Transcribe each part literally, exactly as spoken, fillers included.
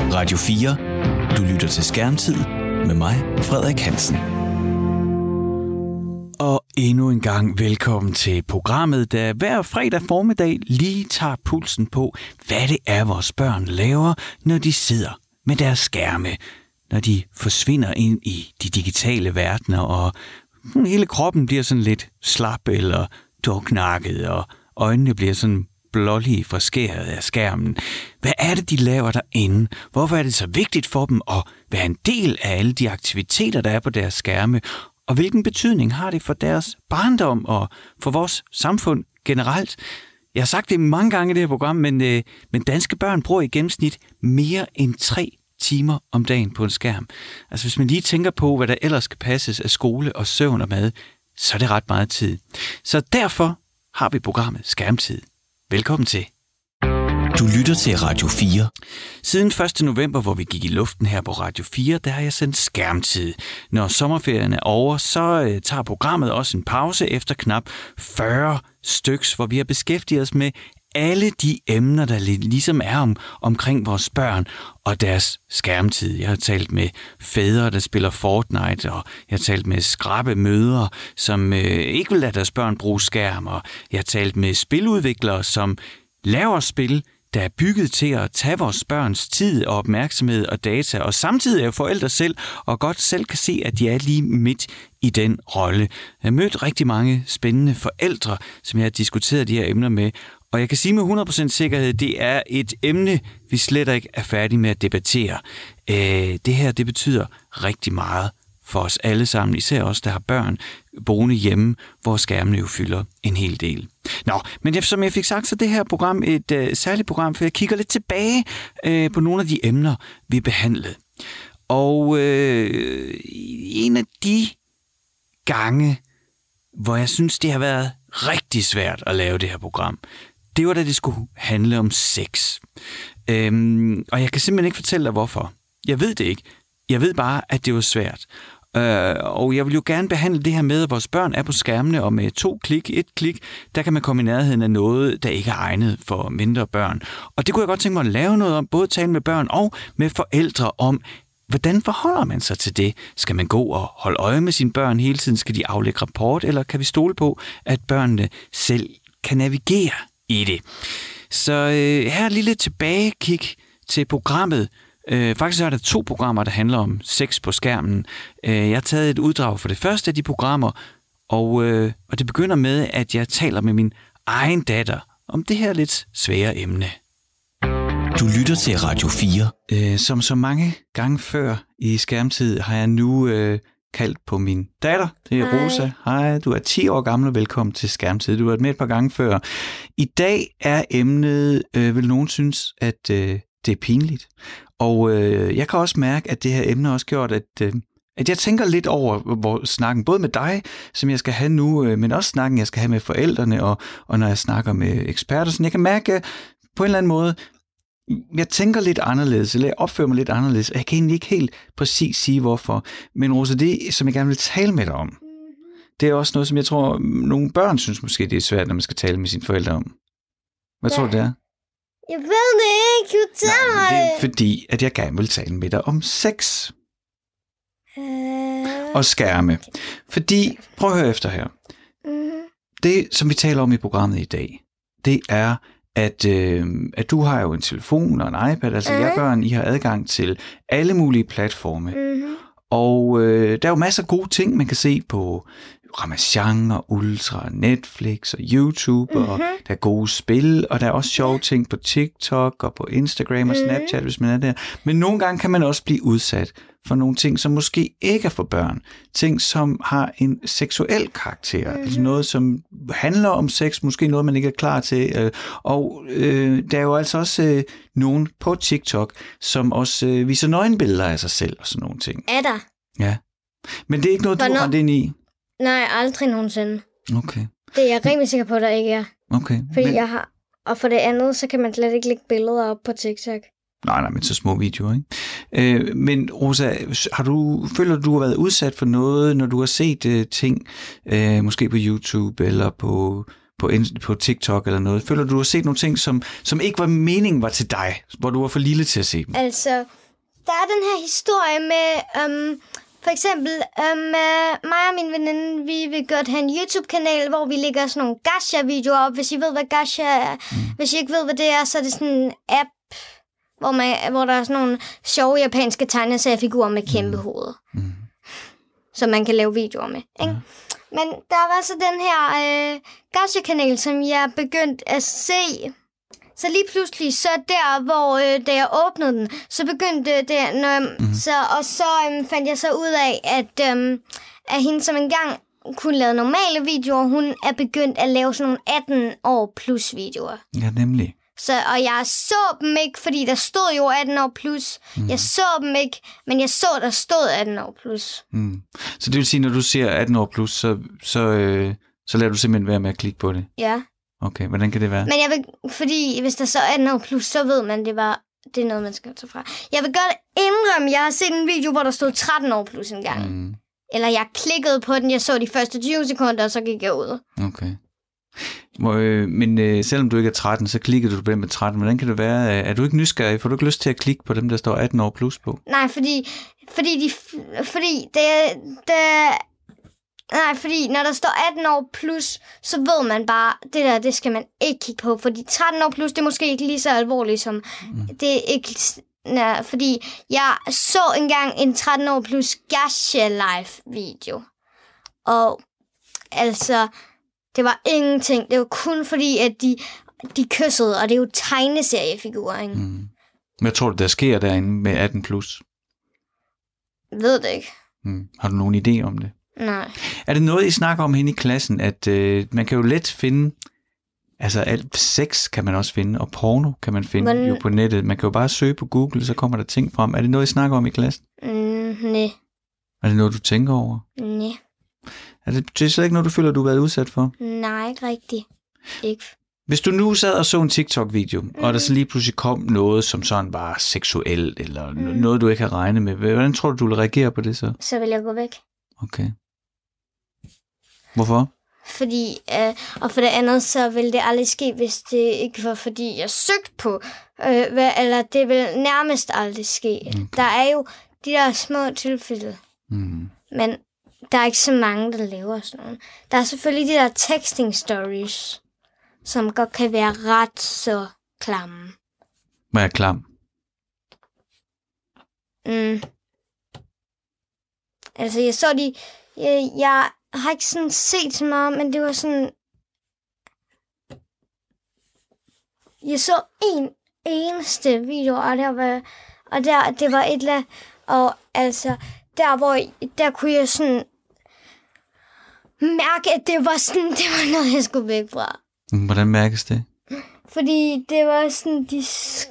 Radio fire. Du lytter til Skærmtid med mig, Frederik Hansen. Og endnu en gang velkommen til programmet, der hver fredag formiddag lige tager pulsen på, hvad det er, vores børn laver, når de sidder med deres skærme. Når de forsvinder ind i de digitale verdener, og hele kroppen bliver sådan lidt slap eller duknakket, og øjnene bliver sådan blålige fra skæret af skærmen. Hvad er det, de laver derinde? Hvorfor er det så vigtigt for dem at være en del af alle de aktiviteter, der er på deres skærme? Og hvilken betydning har det for deres barndom og for vores samfund generelt? Jeg har sagt det mange gange i det her program, men, øh, men danske børn bruger i gennemsnit mere end tre timer om dagen på en skærm. Altså hvis man lige tænker på, hvad der ellers skal passes af skole og søvn og mad, så er det ret meget tid. Så derfor har vi programmet Skærmtid. Velkommen til. Du lytter til Radio fire. Siden første november, hvor vi gik i luften her på Radio fire, der har jeg sendt Skærmtid. Når sommerferien er over, så øh, tager programmet også en pause efter knap fyrre styks, hvor vi har beskæftiget os med alle de emner, der ligesom er om, omkring vores børn og deres skærmtid. Jeg har talt med fædre, der spiller Fortnite, og jeg har talt med skrappe mødre, som øh, ikke vil lade deres børn bruge skærm, og jeg har talt med spiludviklere, som laver spil, der er bygget til at tage vores børns tid og opmærksomhed og data, og samtidig er forældre selv, og godt selv kan se, at de er lige midt i den rolle. Jeg har mødt rigtig mange spændende forældre, som jeg har diskuteret de her emner med, og jeg kan sige med hundrede procent sikkerhed, at det er et emne, vi slet ikke er færdige med at debattere. Øh, det her, det betyder rigtig meget for os alle sammen, især os, der har børn boende hjemme, hvor skærmene jo fylder en hel del. Nå, men som jeg fik sagt, så er det her program et øh, særligt program, for jeg kigger lidt tilbage øh, på nogle af de emner, vi behandlede. Og øh, en af de gange, hvor jeg synes, det har været rigtig svært at lave det her program, det var, da det skulle handle om sex. Øhm, og jeg kan simpelthen ikke fortælle dig, hvorfor. Jeg ved det ikke. Jeg ved bare, at det var svært. Øh, og jeg vil jo gerne behandle det her med, at vores børn er på skærmene, og med to klik, et klik, der kan man komme i nærheden af noget, der ikke er egnet for mindre børn. Og det kunne jeg godt tænke mig at lave noget om, både tale med børn og med forældre om, hvordan forholder man sig til det? Skal man gå og holde øje med sine børn hele tiden? Skal de aflægge rapport, eller kan vi stole på, at børnene selv kan navigere i det? Så øh, her er et lille tilbagekig til programmet. Øh, faktisk er der to programmer, der handler om sex på skærmen. Øh, jeg har taget et uddrag for det første af de programmer, og, øh, og det begynder med, at jeg taler med min egen datter om det her lidt svære emne. Du lytter til Radio fire. Øh, som så mange gange før i Skærmtid har jeg nu øh, kaldt på min datter. Det er Hej. Rosa. Hej, du er ti år gammel, og velkommen til Skærmtid. Du har været med et par gange før. I dag er emnet, øh, vil nogen synes, at øh, det er pinligt. Og øh, jeg kan også mærke, at det her emne har også gjort, at, øh, at jeg tænker lidt over hvor snakken, både med dig, som jeg skal have nu, øh, men også snakken, jeg skal have med forældrene, og, og når jeg snakker med eksperter. Så jeg kan mærke, at på en eller anden måde, jeg tænker lidt anderledes, eller jeg opfører mig lidt anderledes, og jeg kan egentlig ikke helt præcis sige, hvorfor. Men Rosa, det, som jeg gerne vil tale med dig om, det er også noget, som jeg tror, nogle børn synes måske, det er svært, når man skal tale med sine forældre om. Hvad ja. tror du, det er? Jeg ved det ikke, fortæl mig. Det er fordi, at jeg gerne vil tale med dig om sex Øh... og skærme. Fordi, prøv at høre efter her. Mm-hmm. Det, som vi taler om i programmet i dag, det er, at, øh, at du har jo en telefon og en iPad. Altså, Mm-hmm. jer børn, I har adgang til alle mulige platforme. Mm-hmm. Og øh, der er jo masser af gode ting, man kan se på Ramachan og Ultra, Netflix og YouTube, mm-hmm. og der er gode spil, og der er også sjove ting på TikTok og på Instagram og Snapchat, mm-hmm. hvis man er der. Men nogle gange kan man også blive udsat for nogle ting, som måske ikke er for børn. Ting, som har en seksuel karakter. Mm-hmm. Altså noget, som handler om sex, måske noget, man ikke er klar til. Og øh, der er jo altså også øh, nogen på TikTok, som også øh, viser nøgenbilleder af sig selv og sådan nogle ting. Er der? Ja. Men det er ikke noget, Hvornår? du har ind i? Nej, aldrig nogensinde. Okay. Det er jeg rimelig sikker på, at der ikke er. Okay. Fordi Men... jeg har... Og for det andet, så kan man slet ikke lægge billeder op på TikTok. Nej, nej, men så små videoer, ikke? Øh, men Rosa, har du, føler du, du har været udsat for noget, når du har set uh, ting, uh, måske på YouTube eller på, på, på TikTok eller noget? Føler du, du har set nogle ting, som, som ikke var meningen var til dig, hvor du var for lille til at se dem? Altså, der er den her historie med, um, for eksempel, um, mig og min veninde, vi vil godt have en YouTube-kanal, hvor vi lægger sådan nogle gacha-videoer op. Hvis I ved, hvad gacha er, mm. hvis I ikke ved, hvad det er, så er det sådan en app, hvor, man, hvor der er sådan nogle sjove japanske tegneseriefigurer med kæmpe mm. hoveder, mm. som man kan lave videoer med, ikke? Mm. Men der var så den her øh, gacha-kanal, som jeg er begyndt at se. Så lige pludselig, så der, hvor øh, da jeg åbnede den, så begyndte det, når jeg, mm. så, og så øh, fandt jeg så ud af, at, øh, at hende, som engang kunne lave normale videoer, hun er begyndt at lave sådan nogle atten år plus videoer. Ja, nemlig. Så, og jeg så dem ikke, fordi der stod jo atten år plus. Mm. Jeg så dem ikke, men jeg så, der stod atten år plus. Mm. Så det vil sige, når du ser atten år plus, så, så, øh, så lader du simpelthen være med at klikke på det? Ja. Okay, hvordan kan det være? Men jeg vil, fordi hvis der så er atten år plus, så ved man, det var det er noget, man skal tage fra. Jeg vil godt indrømme, jeg har set en video, hvor der stod tretten år plus en gang. Mm. Eller jeg klikkede på den, jeg så de første tyve sekunder, og så gik jeg ud. Okay. Men øh, selvom du ikke er tretten, så klikkede du på dem med tretten. Hvordan kan det være? Er du ikke nysgerrig? Får du ikke lyst til at klikke på dem, der står atten år plus på? Nej, fordi, fordi, de, fordi det, det, nej, fordi når der står atten år plus, så ved man bare, det der, det skal man ikke kigge på. Fordi tretten år plus, det er måske ikke lige så alvorligt som, mm. det er ikke, nej, fordi jeg så engang en tretten år plus gacha live video. Og altså, det var ingenting. Det var kun fordi, at de, de kyssede, og det er jo tegneseriefigurer, ikke? Mm. Hvad tror du, der sker derinde med atten plus? Ved det ikke. Mm. Har du nogen idé om det? Nej. Er det noget, I snakker om henne i klassen, at øh, man kan jo let finde, altså alt sex kan man også finde, og porno kan man finde Men... jo på nettet. Man kan jo bare søge på Google, så kommer der ting frem. Er det noget, I snakker om i klassen? Mm, nej. Er det noget, du tænker over? Nej. Er det, det er slet ikke noget, du føler, du har været udsat for? Nej, ikke rigtigt. Ikke. Hvis du nu sad og så en TikTok-video, mm. og der så lige pludselig kom noget, som sådan var seksuelt, eller mm. noget, du ikke har regnet med, hvordan tror du, du vil reagere på det så? Så vil jeg gå væk. Okay. Hvorfor? Fordi, øh, og for det andet, så vil det aldrig ske, hvis det ikke var, fordi jeg søgte på, øh, hvad, eller det vil nærmest aldrig ske. Okay. Der er jo de der små tilfælde, mm. men der er ikke så mange, der laver sådan noget. Der er selvfølgelig de der texting stories, som godt kan være ret så klamme. Hvad er klam? Mm. Altså, jeg så de... Jeg, jeg har ikke sådan set så meget, men det var sådan... Jeg så en eneste video, og der var... Og der, det var et eller andet... Og altså, der hvor... Der kunne jeg sådan... mærke, at det var sådan... Det var noget, jeg skulle væk fra. Hvordan mærkes det? Fordi det var sådan... De...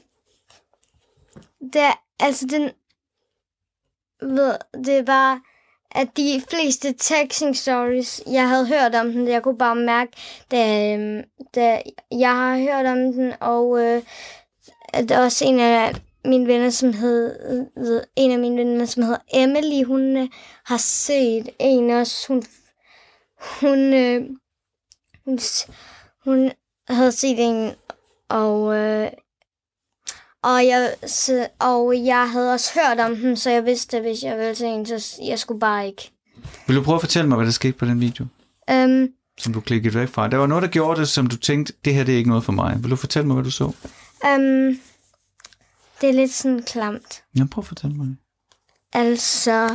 Der, altså, den... Ved, det var... at de fleste texting stories, jeg havde hørt om den, jeg kunne bare mærke, da, da jeg har hørt om den, og øh, der er også en af mine venner, som hed, en af mine venner, som hedder Emily, hun øh, har set en også, hun, hun, øh, hun, hun havde set en, og øh, Og jeg, så, og jeg havde også hørt om den, så jeg vidste, at hvis jeg ville se en, så jeg skulle bare ikke. Vil du prøve at fortælle mig, hvad der skete på den video? Um, som du klikkede væk fra. Der var noget, der gjorde det, som du tænkte, det her det er ikke noget for mig. Vil du fortælle mig, hvad du så? Um, det er lidt sådan klamt. Ja, prøv at fortælle mig det. Altså,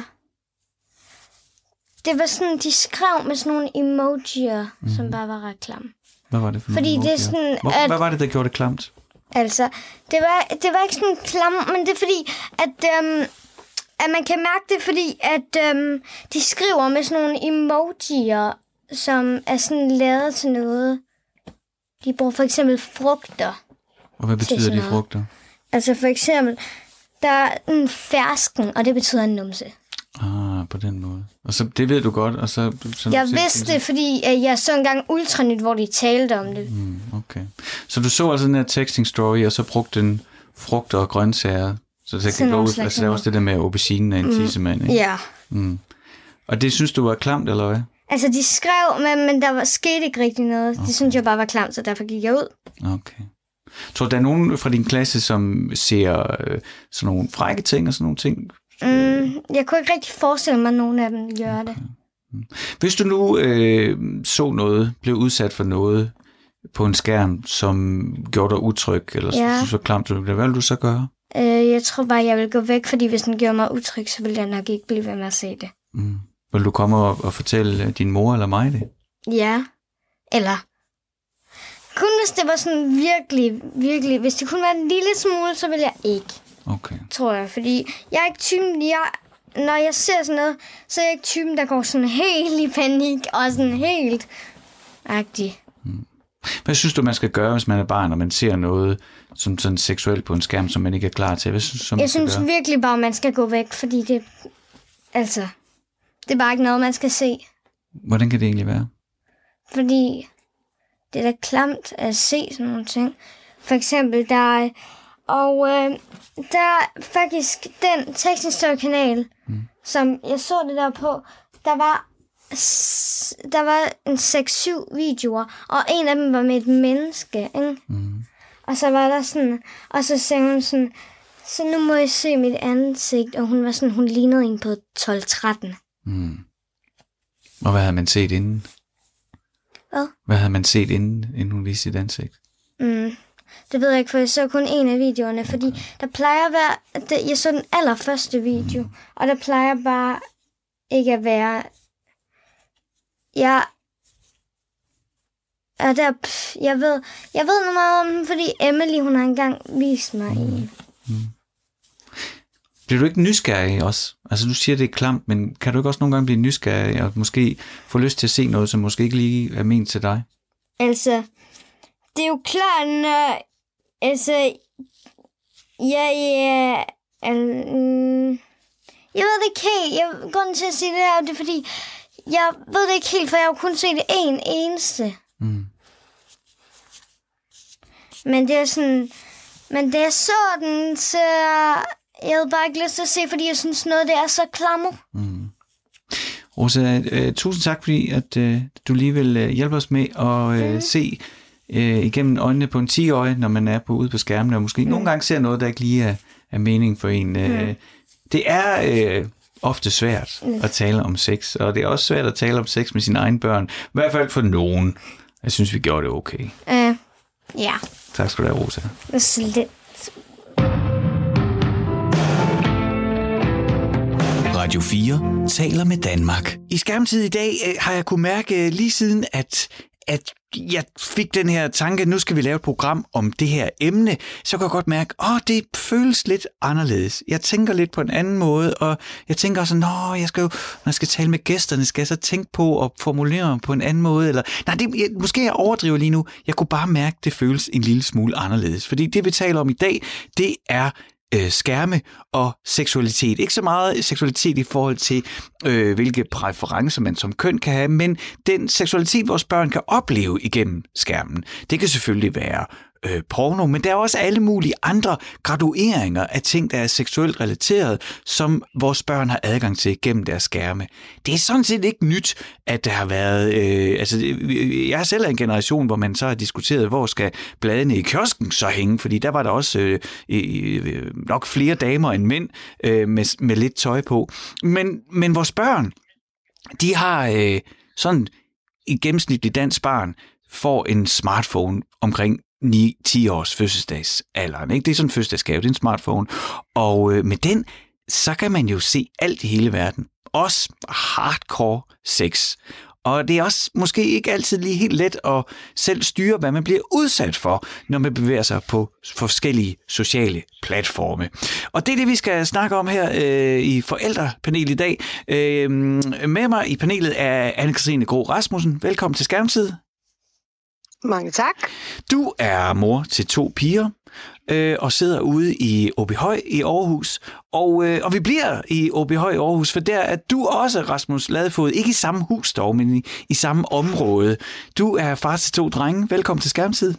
det var sådan, de skrev med sådan nogle emojier, mm. som bare var ret klamme. Hvad var det for Fordi nogle det er sådan, Hvor, at, hvad var det, der gjorde det klamt? Altså, det var, det var ikke sådan klam, men det er fordi, at, øhm, at man kan mærke det, fordi at øhm, de skriver med sådan nogle emojier, som er sådan lavet til noget. De bruger for eksempel frugter. Og hvad betyder de frugter? Altså for eksempel, der er en fersken, og det betyder en numse. Ah, på den måde. Og så, det ved du godt. Og så, så jeg vidste det, fordi uh, jeg så engang Ultranyt, hvor de talte om det. Mm, okay. Så du så altså den her texting story, og så brugte den frugter og grøntsager. Så det kan gå ud, altså der er også det der med auberginen af en mm, tissemand, ikke? Ja. Mm. Og det synes du var klamt, eller hvad? Altså, de skrev, men, men der var, skete ikke rigtig noget. Okay. Det synes jeg bare var klamt, så derfor gik jeg ud. Okay. Tror du, der er nogen fra din klasse, som ser øh, sådan nogle frække ting og sådan nogle ting? Mm, jeg kunne ikke rigtig forestille mig, at nogen af dem gør det. Okay. Hvis du nu øh, så noget, blev udsat for noget på en skærm, som gjorde dig utryg, eller ja. synes du var klamt, hvad ville du så gøre? Øh, jeg tror bare, jeg vil gå væk, fordi hvis den gjorde mig utryg, så ville jeg nok ikke blive ved med at se det. Mm. Vil du komme og, og fortælle din mor eller mig det? Ja, eller kun hvis det var sådan virkelig, virkelig, hvis det kunne være en lille smule, så ville jeg ikke. Okay. Tror jeg, fordi jeg er ikke typen, jeg, når jeg ser sådan noget, så er jeg ikke typen, der går sådan helt i panik og sådan helt agtig. Mm. Hvad synes du, man skal gøre, hvis man er barn, og man ser noget som sådan seksuelt på en skærm, som man ikke er klar til? Hvad synes du, man jeg skal synes gøre? virkelig bare, man skal gå væk, fordi det, altså, det er bare ikke noget, man skal se. Hvordan kan det egentlig være? Fordi det er da klamt at se sådan nogle ting. For eksempel, der er, og øh, der er faktisk den teksthistorie-kanal, mm. som jeg så det der på, der var, der var en seks syv videoer, og en af dem var med et menneske, ikke? Mm. Og så var der sådan, og så sagde hun sådan, så nu må I se mit ansigt, og hun var sådan, hun lignede en på tolv tretten. Mm. Og hvad havde man set inden? Hvad? Hvad havde man set inden, inden hun viste sit ansigt? Mm. Det ved jeg ikke, for jeg så kun en af videoerne, okay. Fordi der plejer at være, det, jeg så den allerførste video, mm. og der plejer bare ikke at være, jeg, er der, jeg ved, jeg ved noget meget om den, fordi Emily, hun har engang vist mig mm. en. Mm. Bliver du ikke nysgerrig også? Altså, du siger, det er klamt, men kan du ikke også nogle gange blive nysgerrig og måske få lyst til at se noget, som måske ikke lige er ment til dig? Altså, det er jo klart, når, altså, jeg, jeg, um, jeg ved det ikke helt, jeg grunden til at sige det her, det er fordi, jeg ved det ikke helt, for jeg har jo kun set en eneste. Mm. Men det er sådan, men det er sådan, så jeg havde bare ikke lyst til at se, fordi jeg synes noget, det er så klammer. Mm. Rosa, øh, tusind tak, fordi at, øh, du lige vil øh, hjælpe os med at øh, mm. se øh, igennem øjnene på en ti-årig, når man er på, ude på skærmen, og måske mm. nogle gange ser noget, der ikke lige er, er mening for en. Øh, mm. Det er øh, ofte svært mm. at tale om sex, og det er også svært at tale om sex med sine egne børn. I hvert fald for nogen. Jeg synes, vi gjorde det okay. Øh, ja. Tak skal du have, Rosa. Det er slet. Radio fire taler med Danmark. I skærmtid i dag øh, har jeg kunne mærke øh, lige siden, at, at jeg fik den her tanke, nu skal vi lave et program om det her emne, så kan jeg godt mærke, åh, det føles lidt anderledes. Jeg tænker lidt på en anden måde, og jeg tænker også, nå, jeg skal jo, når jeg skal tale med gæsterne, skal jeg så tænke på at formulere på en anden måde, eller, nej, det, jeg, måske jeg overdriver lige nu. Jeg kunne bare mærke, det føles en lille smule anderledes, fordi det, vi taler om i dag, det er skærme og seksualitet. Ikke så meget seksualitet i forhold til, øh, hvilke præferencer man som køn kan have, men den seksualitet, vores børn kan opleve igennem skærmen. Det kan selvfølgelig være øh, porno, men der er også alle mulige andre gradueringer af ting, der er seksuelt relateret, som vores børn har adgang til gennem deres skærme. Det er sådan set ikke nyt, at der har været... Øh, altså, jeg er selv af en generation, hvor man så har diskuteret, hvor skal bladene i kiosken så hænge, fordi der var der også øh, øh, nok flere damer end mænd øh, med, med lidt tøj på. Men, men vores børn, de har øh, sådan i gennemsnitlig dansk barn, får en smartphone omkring ni ti års fødselsdagsalderen. Ikke? Det er sådan en fødselsdagsgave, det er en smartphone. Og øh, med den, så kan man jo se alt i hele verden. Også hardcore sex. Og det er også måske ikke altid lige helt let at selv styre, hvad man bliver udsat for, når man bevæger sig på forskellige sociale platforme. Og det er det, vi skal snakke om her øh, i forældrepanelet i dag. Øh, med mig i panelet er Anne-Kristine Gro Rasmussen. Velkommen til Skærmtid. Mange tak. Du er mor til to piger øh, og sidder ude i Åbyhøj i Aarhus. Og, øh, og vi bliver i Åbyhøj i Aarhus, for der er du også, Rasmus Ladefod. Ikke i samme hus dog, men i, i samme område. Du er far til to drenge. Velkommen til Skærmtid.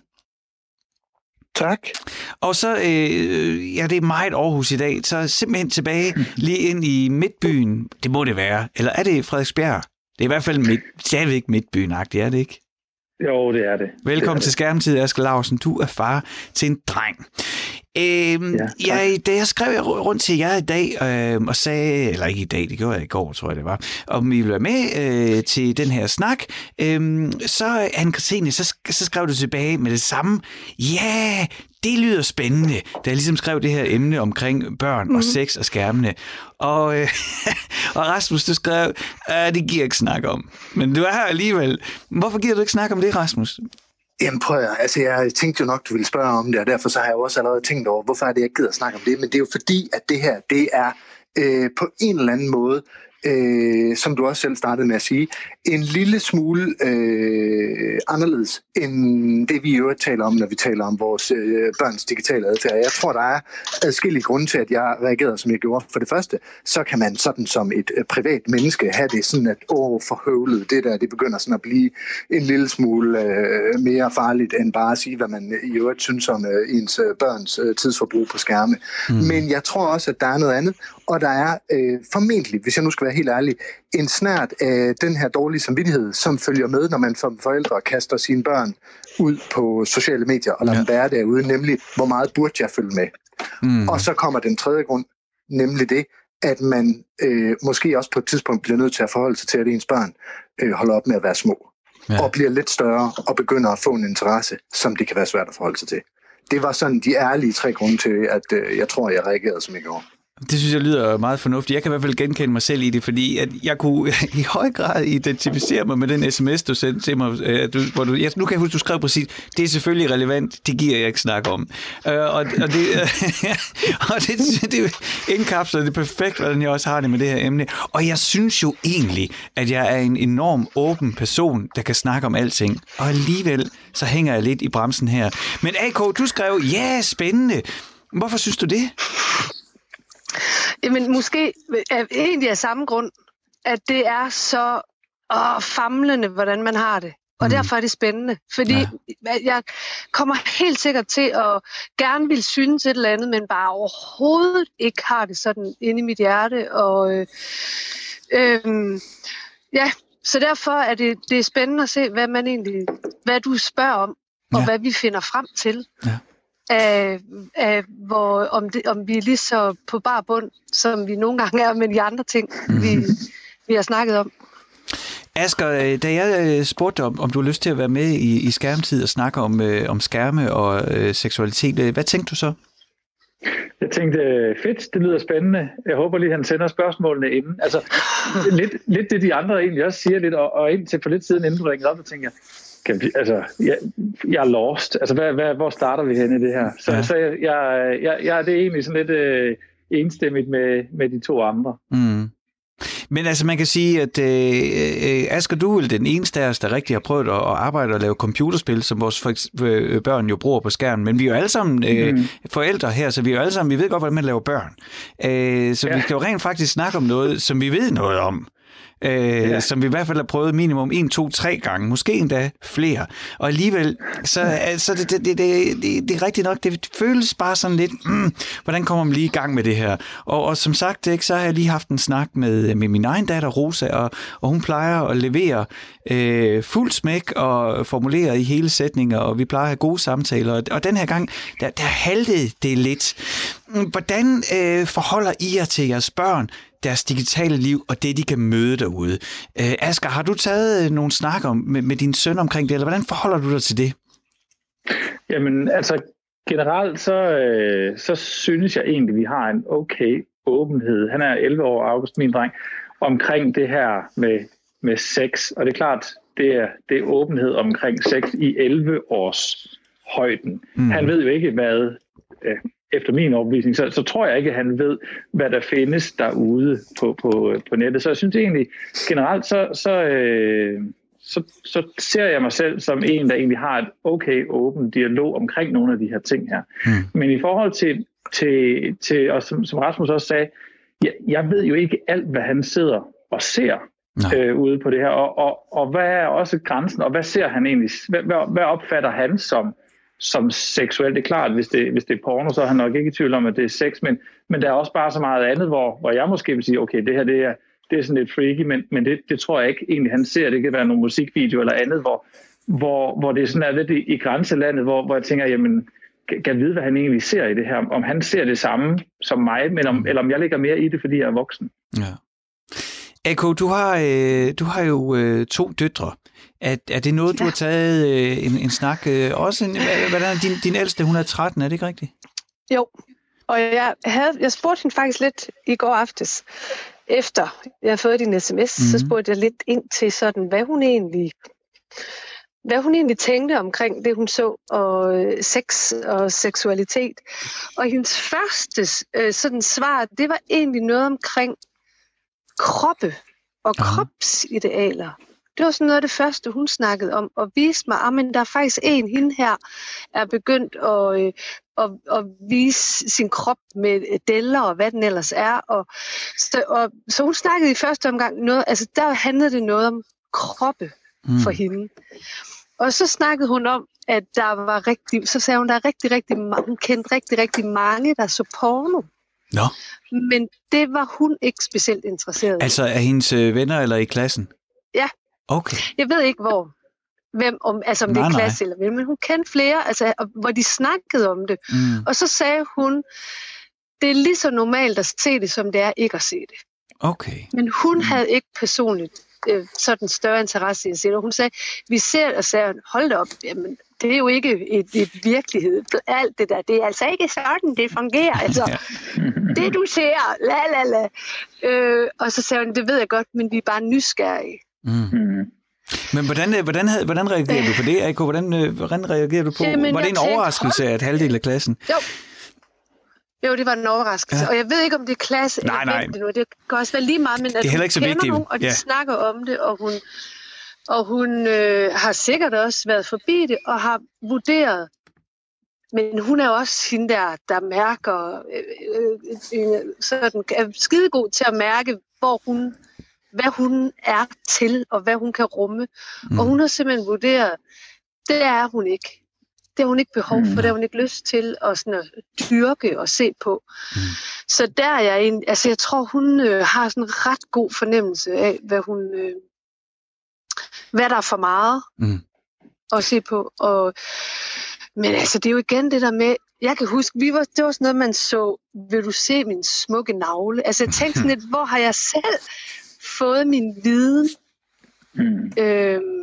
Tak. Og så, øh, ja, det er meget Aarhus i dag, så simpelthen tilbage lige ind i midtbyen. Det må det være. Eller er det Frederiksbjerg? Det er i hvert fald midt, stadigvæk midtbyen-agtigt, er det ikke? Jo, det er det. Velkommen det er til Skærmtid, Asger Lausen. Du er far til en dreng. Øhm, ja, jeg, da jeg skrev rundt til jer i dag øh, og sagde, eller ikke i dag, det gjorde jeg i går, tror jeg det var, om I ville være med øh, til den her snak, øh, så Anne-Kristine, så, så skrev du tilbage med det samme. Ja, det lyder spændende, da jeg ligesom skrev det her emne omkring børn mm-hmm. og sex og skærmene. Og, øh, og Rasmus, du skrev, at det giver ikke snak om. Men du er her alligevel. Hvorfor giver du ikke snak om det, Rasmus? Jamen prøv at, altså jeg tænkte jo nok, du ville spørge om det, og derfor så har jeg jo også allerede tænkt over, hvorfor er det, jeg gider at snakke om det, men det er jo fordi, at det her, det er øh, på en eller anden måde, øh, som du også selv startede med at sige, en lille smule øh, anderledes end det, vi i øvrigt taler om, når vi taler om vores øh, børns digitale adfærd. Jeg tror, der er adskillige grunde til, at jeg reagerede, som jeg gjorde. For det første, så kan man sådan som et øh, privat menneske have det sådan, at åh, forhøvlet, det der, det begynder sådan at blive en lille smule øh, mere farligt, end bare at sige, hvad man i øvrigt synes om øh, ens øh, børns øh, tidsforbrug på skærme. Mm. Men jeg tror også, at der er noget andet, og der er øh, formentlig, hvis jeg nu skal være helt ærlig, en snert af den her dårlige samvittighed, som følger med, når man som forældre kaster sine børn ud på sociale medier og lader ja. dem være derude, nemlig, hvor meget burde jeg følge med? Mm. Og så kommer den tredje grund, nemlig det, at man øh, måske også på et tidspunkt bliver nødt til at forholde sig til, at ens børn øh, holder op med at være små, ja. og bliver lidt større og begynder at få en interesse, som det kan være svært at forholde sig til. Det var sådan de ærlige tre grunde til, at øh, jeg tror, jeg reagerede, som jeg gjorde. Det synes jeg lyder meget fornuftigt. Jeg kan i hvert fald genkende mig selv i det, fordi at jeg kunne i høj grad identificere mig med den sms, du sendte til mig, du, hvor du, jeg, nu kan jeg huske, du skrev præcis, det er selvfølgelig relevant, det giver jeg ikke snak om. Uh, og, og det, og det, det indkapsler det perfekt, hvordan jeg også har det med det her emne. Og jeg synes jo egentlig, at jeg er en enorm åben person, der kan snakke om alting. Og alligevel, så hænger jeg lidt i bremsen her. Men A K, du skrev, ja, spændende. Hvorfor synes du det? Jamen måske er egentlig af samme grund, at det er så åh, famlende, hvordan man har det. Og mm. derfor er det spændende, fordi ja. jeg kommer helt sikkert til at gerne vil synes et eller andet, men bare overhovedet ikke har det sådan inde i mit hjerte. Og øh, øh, ja, så derfor er det, det er spændende at se, hvad man egentlig, hvad du spørger om, og ja. hvad vi finder frem til. Ja. Af, af, hvor, om, det, om vi er lige så på bar bund, som vi nogle gange er med de andre ting, mm-hmm. vi, vi har snakket om. Asger, da jeg spurgte om, om du har lyst til at være med i, i Skærmtid og snakke om, øh, om skærme og øh, seksualitet, hvad tænkte du så? Jeg tænkte, fedt, det lyder spændende. Jeg håber lige, han sender spørgsmålene inden. Altså, lidt, lidt det de andre egentlig også siger lidt, og, og indtil for lidt siden, inden du ringede op, og tænker Kan vi, altså, jeg, jeg er lost. Altså, hvad, hvad, hvor starter vi hen i det her? Så, ja. så jeg, jeg, jeg, jeg, det er egentlig sådan lidt øh, enstemmigt med, med de to andre. Mm. Men altså, man kan sige, at øh, Asger, du er den eneste af os, der rigtig har prøvet at arbejde og lave computerspil, som vores for, børn jo bruger på skærmen. Men vi er jo alle sammen øh, mm. forældre her, så vi er jo alle sammen, vi ved godt, hvordan man laver børn. Øh, så ja. vi kan jo rent faktisk snakke om noget, som vi ved noget om. Øh, ja. Som vi i hvert fald har prøvet minimum en, to, tre gange, måske endda flere. Og alligevel, så, så det, det, det, det, det er rigtigt nok, det føles bare sådan lidt, mm, hvordan kommer man lige i gang med det her? Og, og som sagt, ikke, så har jeg lige haft en snak med, med min egen datter, Rosa, og, og hun plejer at levere øh, fuld smæk og formulere i hele sætninger, og vi plejer at have gode samtaler. Og, og den her gang, der, der haltede det lidt. Hvordan øh, forholder I jer til jeres børn, deres digitale liv og det, de kan møde derude? Øh, Asger, har du taget nogle snak om, med, med din søn omkring det, eller hvordan forholder du dig til det? Jamen, altså generelt, så, øh, så synes jeg egentlig, at vi har en okay åbenhed. Han er elleve år, August, min dreng, omkring det her med, med sex. Og det er klart, det er, det er åbenhed omkring sex i elleve års højden. Mm. Han ved jo ikke, hvad... Øh, efter min overbevisning, så, så tror jeg ikke, at han ved, hvad der findes derude på, på, på nettet. Så jeg synes egentlig, generelt, så, så, øh, så, så ser jeg mig selv som en, der egentlig har et okay åben dialog omkring nogle af de her ting her. Mm. Men i forhold til, til, til og som, som Rasmus også sagde, jeg, jeg ved jo ikke alt, hvad han sidder og ser øh, ude på det her. Og, og, og hvad er også grænsen, og hvad ser han egentlig, hvad, hvad, hvad opfatter han som som seksuelt? Det er klart, hvis det, hvis det er porno, så er han nok ikke i tvivl om, at det er sex, men, men der er også bare så meget andet, hvor, hvor jeg måske vil sige, okay, det her det er, det er sådan lidt freaky, men, men det, det tror jeg ikke egentlig, han ser. Det kan være nogle musikvideoer eller andet, hvor, hvor, hvor det er sådan er lidt i, i grænselandet, hvor, hvor jeg tænker, jamen, kan jeg vide, hvad han egentlig ser i det her? Om han ser det samme som mig, men om, eller om jeg ligger mere i det, fordi jeg er voksen. Ja. A K, du har, øh, du har jo øh, to døtre. Er, er det noget, du har taget øh, en, en snak? Øh, også en, hvordan er din, din ældste, hun er tretten, er det ikke rigtigt? Jo, og jeg, havde, jeg spurgte hende faktisk lidt i går aftes, efter jeg havde fået din sms, mm-hmm. så spurgte jeg lidt ind til sådan, hvad hun egentlig... hvad hun egentlig tænkte omkring det, hun så, og øh, sex og seksualitet. Og hendes første øh, sådan svar, det var egentlig noget omkring kroppe og Aha. kropsidealer. Det var sådan noget af det første, hun snakkede om, og viste mig, at der er faktisk en, hende her, er begyndt at, øh, at, at vise sin krop med deller og hvad den ellers er. Og, så, og, så hun snakkede i første omgang noget, altså der handlede det noget om kroppe mm. for hende. Og så snakkede hun om, at der var rigtig, så sagde hun, der er rigtig, rigtig mange, hun kendte rigtig, rigtig mange, der så porno. Nå. Men det var hun ikke specielt interesseret i. Altså er hendes venner eller i klassen? Ja. Okay. Jeg ved ikke hvor, hvem, om, altså om nej, det er klasse nej. eller hvem, men hun kendte flere, altså, hvor de snakkede om det. Mm. Og så sagde hun, det er lige så normalt at se det, som det er ikke at se det. Okay. Men hun mm. havde ikke personligt øh, sådan større interesse i at se det. Og hun sagde, vi ser og sagde, hold da op, jamen, det er jo ikke et, et virkelighed. Alt det der, det er altså ikke sådan, det fungerer. Altså, det du ser, la la la. Øh, og så sagde hun, det ved jeg godt, men vi er bare nysgerrige. Mm. Men hvordan, hvordan, hvordan reagerer du på det, A K? Hvordan, hvordan reagerer du på? Jamen, var det en overraskelse tænkte, at halvdelen af klassen? Jo. Jo, det var en overraskelse. Ja. Og jeg ved ikke, om det er klasse nej, eller hvem det nu. Det kan også være lige meget, men at det er hun ikke så kender vigtigt. nogen, og de ja. snakker om det, og hun, og hun øh, har sikkert også været forbi det, og har vurderet. Men hun er også hende der, der mærker, øh, øh, sådan, er skidegod til at mærke, hvor hun, hvad hun er til, og hvad hun kan rumme. Mm. Og hun har simpelthen vurderet, det er hun ikke. Det har hun ikke behov for, mm. det har hun ikke lyst til at, sådan at dyrke og se på. Mm. Så der er jeg en, altså jeg tror, hun øh, har sådan en ret god fornemmelse af, hvad hun, øh, hvad der er for meget mm. at se på. Og, men altså, det er jo igen det der med, jeg kan huske, vi var, det var sådan noget, man så, vil du se min smukke navle? Altså jeg tænkte sådan lidt, hvor har jeg selv fået min viden? Mm. Øhm,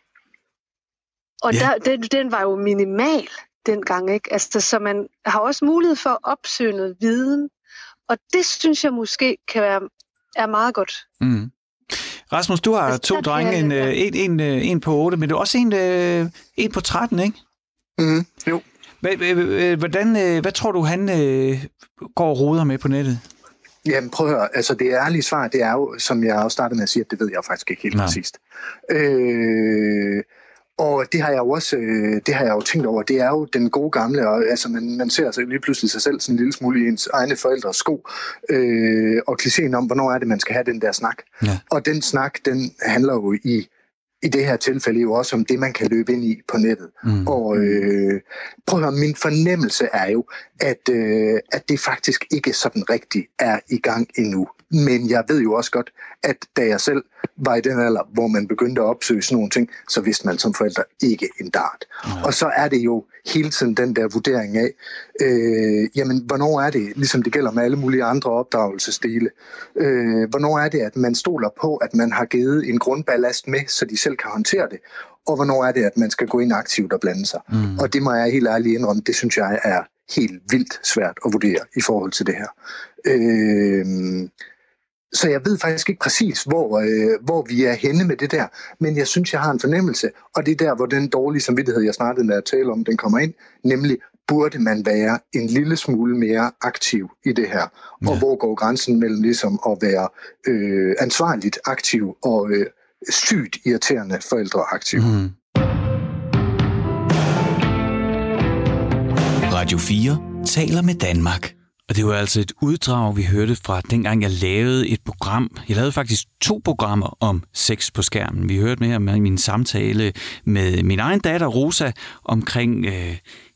Og yeah. der, den, den var jo minimal dengang, ikke? Altså, så man har også mulighed for at opsøge noget viden, og det synes jeg måske kan være er meget godt. Mm. Rasmus, du har altså, to drenge, en, en, en, en på otte, men du er også en, en på tretten, ikke? Mm, jo. Hvordan, hvad tror du, han går og roder med på nettet? Jamen prøv at høre, altså det ærlige svar, det er jo, som jeg også startede med at sige, at det ved jeg faktisk ikke helt Nej. præcist. Øh... Og det har jeg jo også, det har jeg jo tænkt over, det er jo den gode gamle, og altså man, man ser altså lige pludselig sig selv sådan en lille smule i ens egne forældres sko, øh, og klichéen om, hvornår er det, man skal have den der snak. Ja. Og den snak, den handler jo i, i det her tilfælde jo også om det, man kan løbe ind i på nettet. Mm. Og øh, prøv at høre, min fornemmelse er jo, at, øh, at det faktisk ikke sådan rigtigt er i gang endnu. Men jeg ved jo også godt, at da jeg selv var i den alder, hvor man begyndte at opsøge sådan nogle ting, så vidste man som forældre ikke en dart. Ja. Og så er det jo hele tiden den der vurdering af, øh, jamen, hvornår er det, ligesom det gælder med alle mulige andre opdragelsesstile, øh, hvornår er det, at man stoler på, at man har givet en grundballast med, så de selv kan håndtere det, og hvornår er det, at man skal gå ind aktivt og blande sig. Mm. Og det må jeg helt ærligt indrømme, det synes jeg er helt vildt svært at vurdere i forhold til det her. Øh, Så jeg ved faktisk ikke præcis, hvor, øh, hvor vi er henne med det der, men jeg synes, jeg har en fornemmelse, og det er der, hvor den dårlige samvittighed, jeg startede med at tale om, den kommer ind, nemlig, burde man være en lille smule mere aktiv i det her, ja. Og hvor går grænsen mellem ligesom at være øh, ansvarligt aktiv og øh, sygt irriterende forældreaktiv. Mm. Radio fire taler med Danmark. Og det var altså et uddrag, vi hørte fra dengang, jeg lavede et program. Jeg lavede faktisk to programmer om sex på skærmen. Vi hørte med her med min samtale med min egen datter, Rosa, omkring øh, ja,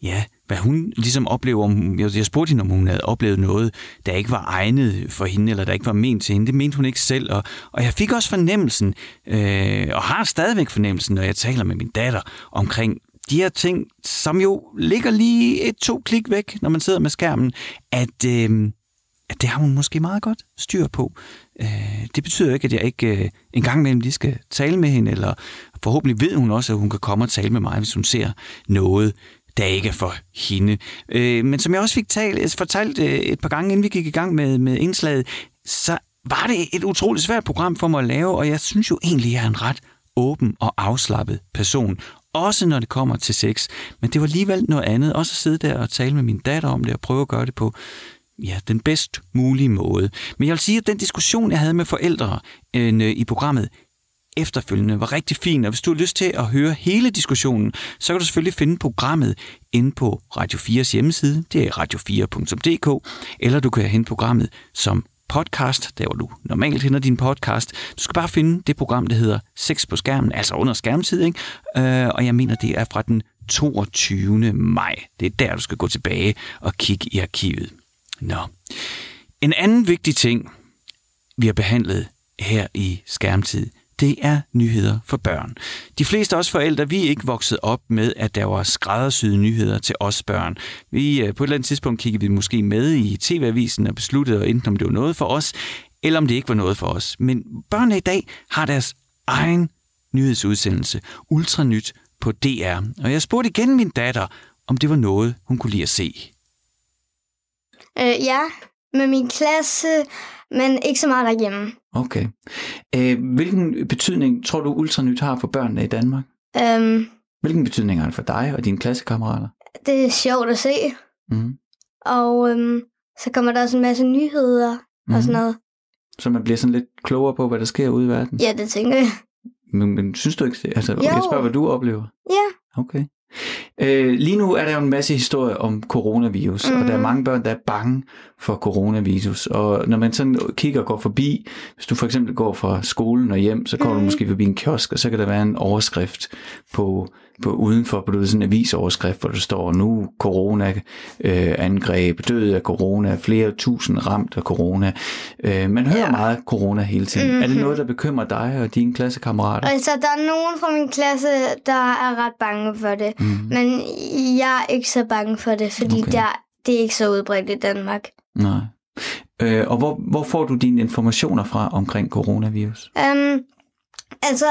hvad hun ligesom oplever. Om, jeg, jeg spurgte hende, om hun havde oplevet noget, der ikke var egnet for hende, eller der ikke var ment til hende. Det mente hun ikke selv. Og, og jeg fik også fornemmelsen, øh, og har stadigvæk fornemmelsen, når jeg taler med min datter omkring de her ting, som jo ligger lige et, to klik væk, når man sidder med skærmen, at, øh, at det har hun måske meget godt styr på. Øh, det betyder ikke, at jeg ikke øh, en gang imellem lige skal tale med hende, eller forhåbentlig ved hun også, at hun kan komme og tale med mig, hvis hun ser noget, der ikke er for hende. Øh, men som jeg også fik talt, fortalt øh, et par gange, inden vi gik i gang med, med indslaget, så var det et utroligt svært program for mig at lave, og jeg synes jo egentlig, at jeg er en ret åben og afslappet person. Også når det kommer til sex. Men det var alligevel noget andet. Også at sidde der og tale med min datter om det, og prøve at gøre det på ja, den bedst mulige måde. Men jeg vil sige, at den diskussion, jeg havde med forældre øh, i programmet, efterfølgende var rigtig fin, og hvis du har lyst til at høre hele diskussionen, så kan du selvfølgelig finde programmet inde på Radio fires hjemmeside, det er radio fire punktum d k, eller du kan hente programmet som podcast, der hvor du normalt henter din podcast. Du skal bare finde det program, der hedder Sex på skærmen, altså under skærmtid, ikke? Øh, og jeg mener, det er fra den toogtyvende maj. Det er der, du skal gå tilbage og kigge i arkivet. Nå. En anden vigtig ting, vi har behandlet her i skærmtid, det er nyheder for børn. De fleste af os forældre, vi er ikke vokset op med, at der var skræddersyede nyheder til os børn. Vi, på et eller andet tidspunkt kiggede vi måske med i T V-avisen og besluttede enten, om det var noget for os, eller om det ikke var noget for os. Men børnene i dag har deres egen nyhedsudsendelse, Ultranyt på D R. Og jeg spurgte igen min datter, om det var noget, hun kunne lide at se. Øh, ja, med min klasse, men ikke så meget derhjemme. Okay. Øh, hvilken betydning tror du, Ultranyt har for børnene i Danmark? Øhm, hvilken betydning har det for dig og dine klassekammerater? Det er sjovt at se. Mm. Og øhm, så kommer der også en masse nyheder mm. og sådan noget. Så man bliver sådan lidt klogere på, hvad der sker ude i verden? Ja, det tænker jeg. Men, men synes du ikke det? Altså, jeg spørger, hvad du oplever. Ja. Okay. Øh, lige nu er der jo en masse historier om coronavirus, mm. og der er mange børn, der er bange for coronavirus. Og når man sådan kigger og går forbi, hvis du for eksempel går fra skolen og hjem, så går mm. du måske forbi en kiosk, og så kan der være en overskrift på, på udenfor, på sådan en avisoverskrift, hvor der står, nu corona-angreb, øh, død af corona, flere tusind ramt af corona. Øh, man hører ja. meget corona hele tiden. Mm-hmm. Er det noget, der bekymrer dig og dine klassekammerater? Altså, der er nogen fra min klasse, der er ret bange for det. Mm. Men jeg er ikke så bange for det, fordi okay. der, det er ikke så udbredt i Danmark. Nej. Øh, og hvor, hvor får du dine informationer fra omkring coronavirus? Um, altså,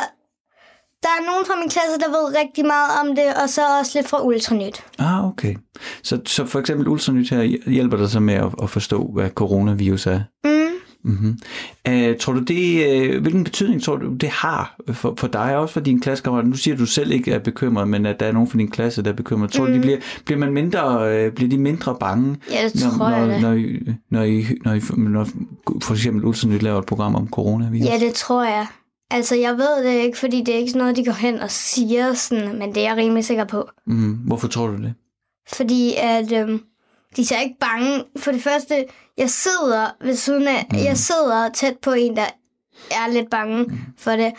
der er nogen fra min klasse, der ved rigtig meget om det, og så også lidt fra Ultranyt. Ah, okay. Så, så for eksempel Ultranyt her hjælper dig så med at, at forstå, hvad coronavirus er? Mm. Mm-hmm. Uh, tror du det, uh, hvilken betydning tror du det har for, for dig, også for dine klassekammerater? Nu siger du selv ikke er bekymret, men at der er nogen fra din klasse, der er bekymret. Tror mm. du, de bliver, bliver, man mindre, uh, bliver de mindre bange, ja, det tror når, jeg når, når, I, når, I, når, I, når for eksempel Ultranyt laver et program om coronavirus? Ja, det tror jeg. Altså, jeg ved det ikke, fordi det er ikke sådan noget, de går hen og siger sådan, men det er jeg rimelig sikker på. Mm. Hvorfor tror du det? Fordi at øhm, de er ikke bange. For det første, jeg sidder ved siden af, mm. jeg sidder tæt på en, der er lidt bange mm. for det.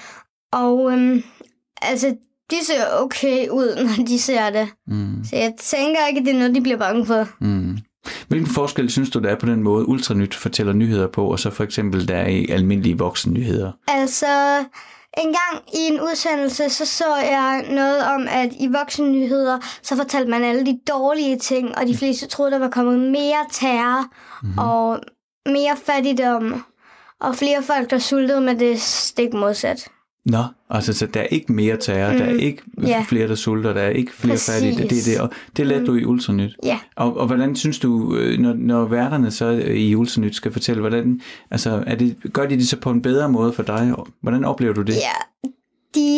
Og øhm, altså, de ser okay ud, når de ser det. Mm. Så jeg tænker ikke, at det er noget, de bliver bange for. Mm. Hvilken forskel synes du, der er på den måde, Ultranyt fortæller nyheder på, og så for eksempel der er i almindelige voksennyheder? Altså, en gang i en udsendelse, så så jeg noget om, at i voksennyheder, så fortalte man alle de dårlige ting, og de fleste troede, der var kommet mere terror mm-hmm. og mere fattigdom, og flere folk, der sultede med det stik modsat. Nå, altså så der er ikke mere terror, mm. der er ikke yeah. flere, der sulter, der er ikke flere Præcis. fattige, det er det, og det lærte mm. du i Ultranyt. Ja. Og, og hvordan synes du, når, når værterne så i Ultranyt skal fortælle, hvordan, altså er det, gør de det så på en bedre måde for dig? Hvordan oplever du det? Ja, de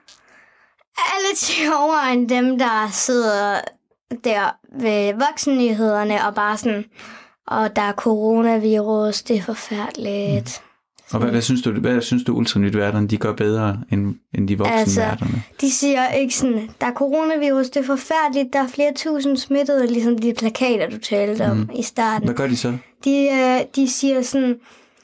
er lidt sjovere end dem, der sidder der ved voksennyhederne og bare sådan, og der er coronavirus, det er forfærdeligt. Mm. Og hvad, hvad synes du, hvad synes du Ultranyt-værterne, de gør bedre end, end de voksne altså, værterne? De siger ikke sådan, der er coronavirus, det er forfærdeligt, der er flere tusind smittede, ligesom de plakater, du talte om mm. i starten. Hvad gør de så? De, øh, de siger sådan,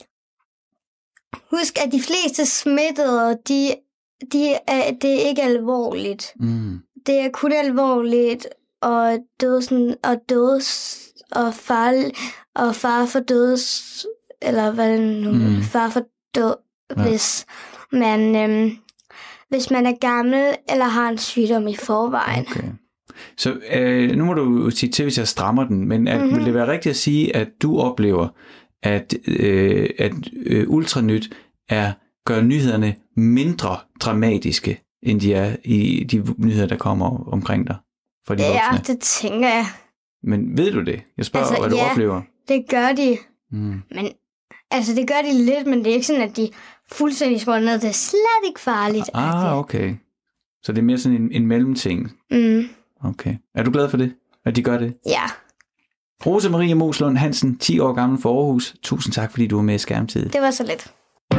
husk, at de fleste smittede, de, de er, det er ikke alvorligt. Mm. Det er kun alvorligt, og dødsen, og døds, og far, og far for døds, eller hvad det nu, mm. far for død, ja. hvis man, øhm, hvis man er gammel, eller har en sygdom i forvejen. Okay. Så øh, nu må du sige til, hvis jeg strammer den, men at, mm-hmm. vil det være rigtigt at sige, at du oplever, at, øh, at øh, Ultranyt er, gør nyhederne mindre dramatiske, end de er i de nyheder, der kommer omkring dig for de ja, voksne? Det tænker jeg. Men ved du det? Jeg spørger, altså, hvad du ja, oplever. Det gør de. Mm. Men altså, det gør de lidt, men det er ikke sådan, at de fuldstændig skåret ned. Det er slet ikke farligt. Ah, okay. Så det er mere sådan en, en mellemting. Mm. Okay. Er du glad for det, at de gør det? Ja. Rose Marie Moslund Hansen, ti år gammel fra Aarhus. Tusind tak, fordi du var med i Skærmtid. Det var så lidt.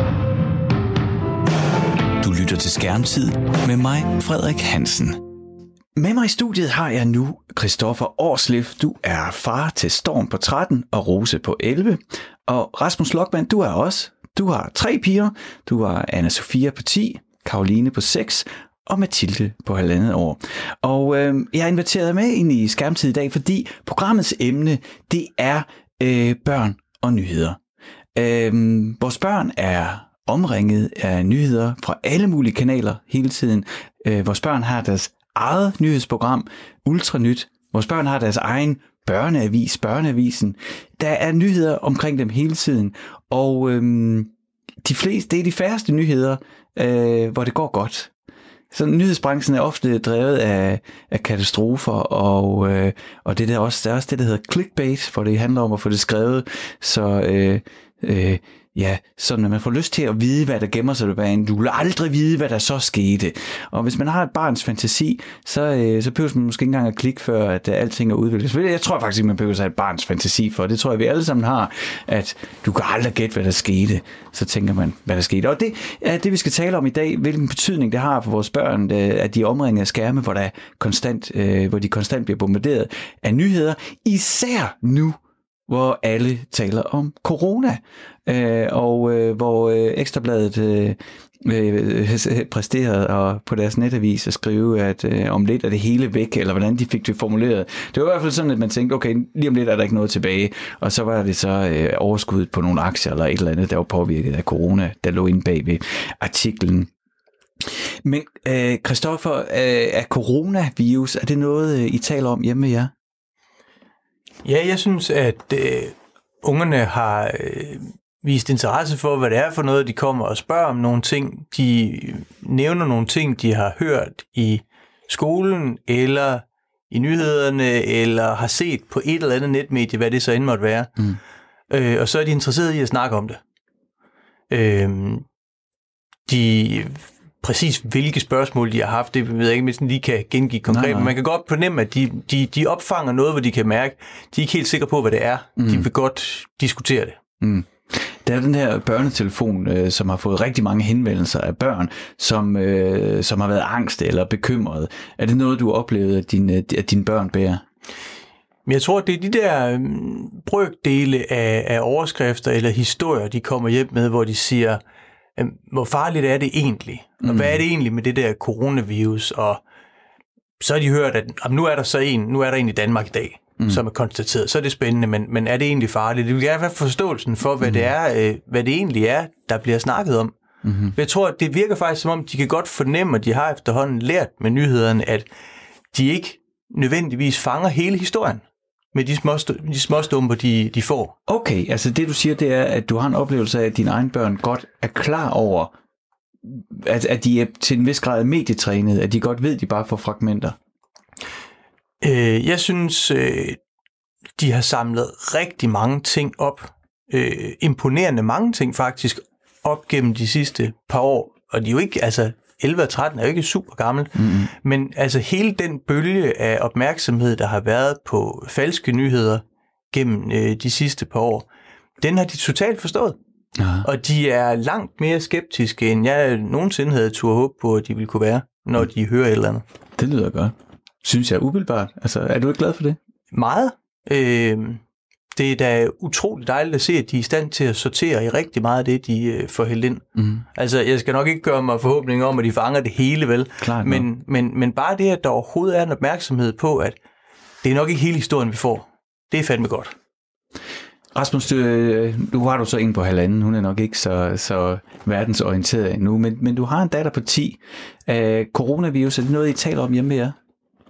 Du lytter til Skærmtid med mig, Frederik Hansen. Med mig i studiet har jeg nu Christoffer Årslev. Du er far til Storm på tretten og Rose på elleve. Og Rasmus Lokman, du er også. Du har tre piger. Du har Anna-Sofia på ti, Karoline på seks og Mathilde på halvandet år. Og øh, jeg har inviteret med ind i Skærmtid i dag, fordi programmets emne, det er øh, børn og nyheder. Øh, vores børn er omringet af nyheder fra alle mulige kanaler hele tiden. Øh, vores børn har deres eget nyhedsprogram, Ultranyt. Vores børn har deres egen børneavis, Børneavisen. Der er nyheder omkring dem hele tiden, og øh, de fleste, det er de færreste nyheder, øh, hvor det går godt. Så nyhedsbranchen er ofte drevet af, af katastrofer, og, øh, og det der også, der er også det, der hedder clickbait, for det handler om at få det skrevet, så øh, øh, ja, sådan at man får lyst til at vide, hvad der gemmer sig der. Du vil aldrig vide, hvad der så skete. Og hvis man har et barns fantasi, så, øh, så behøver man måske ikke engang at klikke, før at uh, alting er udviklet. Jeg tror faktisk ikke, man behøver at have et barns fantasi for. Det tror jeg, vi alle sammen har, at du kan aldrig gætte, hvad der skete. Så tænker man, hvad der skete. Og det er det, vi skal tale om i dag. Hvilken betydning det har for vores børn, at de er omringet af skærme, hvor, der konstant, øh, hvor de konstant bliver bombarderet af nyheder. Især nu, hvor alle taler om corona, øh, og øh, hvor øh, Ekstrabladet øh, øh, præsterede og på deres netavis at skrive, at øh, om lidt er det hele væk, eller hvordan de fik det formuleret. Det var i hvert fald sådan, at man tænkte, okay, lige om lidt er der ikke noget tilbage, og så var det så øh, overskuddet på nogle aktier, eller et eller andet, der var påvirket af corona, der lå inde bag ved artiklen. Men øh, Christoffer, øh, er coronavirus, er det noget, I taler om hjemme med jer? Ja, jeg synes, at øh, ungerne har øh, vist interesse for, hvad det er for noget, de kommer og spørger om nogle ting. De nævner nogle ting, de har hørt i skolen, eller i nyhederne, eller har set på et eller andet netmedie, hvad det så end måtte være. Mm. Øh, og så er de interesserede i at snakke om det. Øh, de... Præcis hvilke spørgsmål de har haft, det ved jeg ikke, hvis de lige kan gengive konkret, nej, nej. Men man kan godt fornemme, at de, de, de opfanger noget, hvor de kan mærke, de er ikke helt sikre på, hvad det er. Mm. De vil godt diskutere det. Mm. Der er den her børnetelefon, øh, som har fået rigtig mange henvendelser af børn, som, øh, som har været angst eller bekymret. Er det noget, du har oplevet, at dine, at dine børn bærer? Men jeg tror, det er de der brøkdele af, af overskrifter eller historier, de kommer hjem med, hvor de siger, hvor farligt er det egentlig? Og mm. hvad er det egentlig med det der coronavirus? Og så har de hørt, at nu er der så en, nu er der en i Danmark i dag, mm. som er konstateret. Så er det spændende, men, men er det egentlig farligt? Det vil gerne være forståelsen for, hvad, mm. det er, hvad det egentlig er, der bliver snakket om. Mm-hmm. Jeg tror, det virker faktisk som om, de kan godt fornemme, at de har efterhånden lært med nyhederne, at de ikke nødvendigvis fanger hele historien med de små, de små stumper, de, de får. Okay, altså det du siger, det er, at du har en oplevelse af, at dine egne børn godt er klar over, at, at de er til en vis grad medietrænet, at de godt ved, at de bare får fragmenter. Øh, jeg synes, øh, de har samlet rigtig mange ting op. Øh, imponerende mange ting faktisk, op gennem de sidste par år. Og de er jo ikke, altså elleve og tretten er jo ikke super gammel, mm-hmm. men altså hele den bølge af opmærksomhed, der har været på falske nyheder gennem øh, de sidste par år, den har de totalt forstået. Aha. Og de er langt mere skeptiske, end jeg nogensinde havde turde håbe på, at de ville kunne være, når de hører et eller andet. Det lyder godt. Synes jeg umiddelbart. Altså, er du ikke glad for det? Meget. Øh, det er da utroligt dejligt at se, at de er i stand til at sortere i rigtig meget af det, de øh, får hældt ind. Mm. Altså, jeg skal nok ikke gøre mig forhåbninger om, at de fanger det hele, vel? Men, men, men bare det, at der overhovedet er en opmærksomhed på, at det er nok ikke hele historien, vi får. Det er fandme godt. Rasmus, du, nu har du så en på halvanden. Hun er nok ikke så, så verdensorienteret endnu, men, men du har en datter på ti. Uh, coronavirus, er det noget, I taler om hjemme med jer?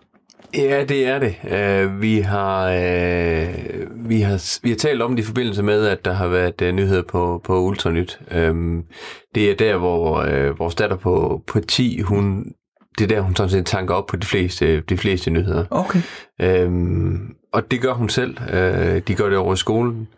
Ja, det er det. Uh, vi, har, uh, vi, har, vi har talt om det i forbindelse med, at der har været uh, nyheder på, på Ultranyt. Um, det er der, hvor uh, vores datter på, på ti, hun, det er der, hun sådan set tanker op på de fleste, de fleste nyheder. Okay. Um, og det gør hun selv. Uh, de gør det over i skolen.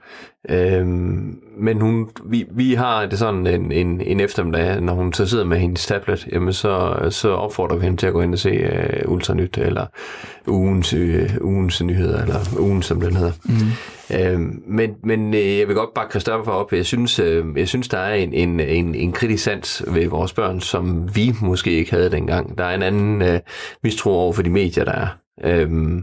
Øhm, men hun, vi, vi har det sådan en, en, en eftermiddag, når hun så sidder med hendes tablet, jamen så, så opfordrer vi hende til at gå ind og se uh, Ultranyt, eller ugens, uh, ugens nyheder, eller ugen, som den hedder. Mm. Øhm, men men uh, jeg vil godt bakke Christoffer op. Jeg synes, uh, jeg synes der er en, en, en, en kritisk sans ved vores børn, som vi måske ikke havde dengang. Der er en anden uh, mistro over for de medier, der er. Øhm,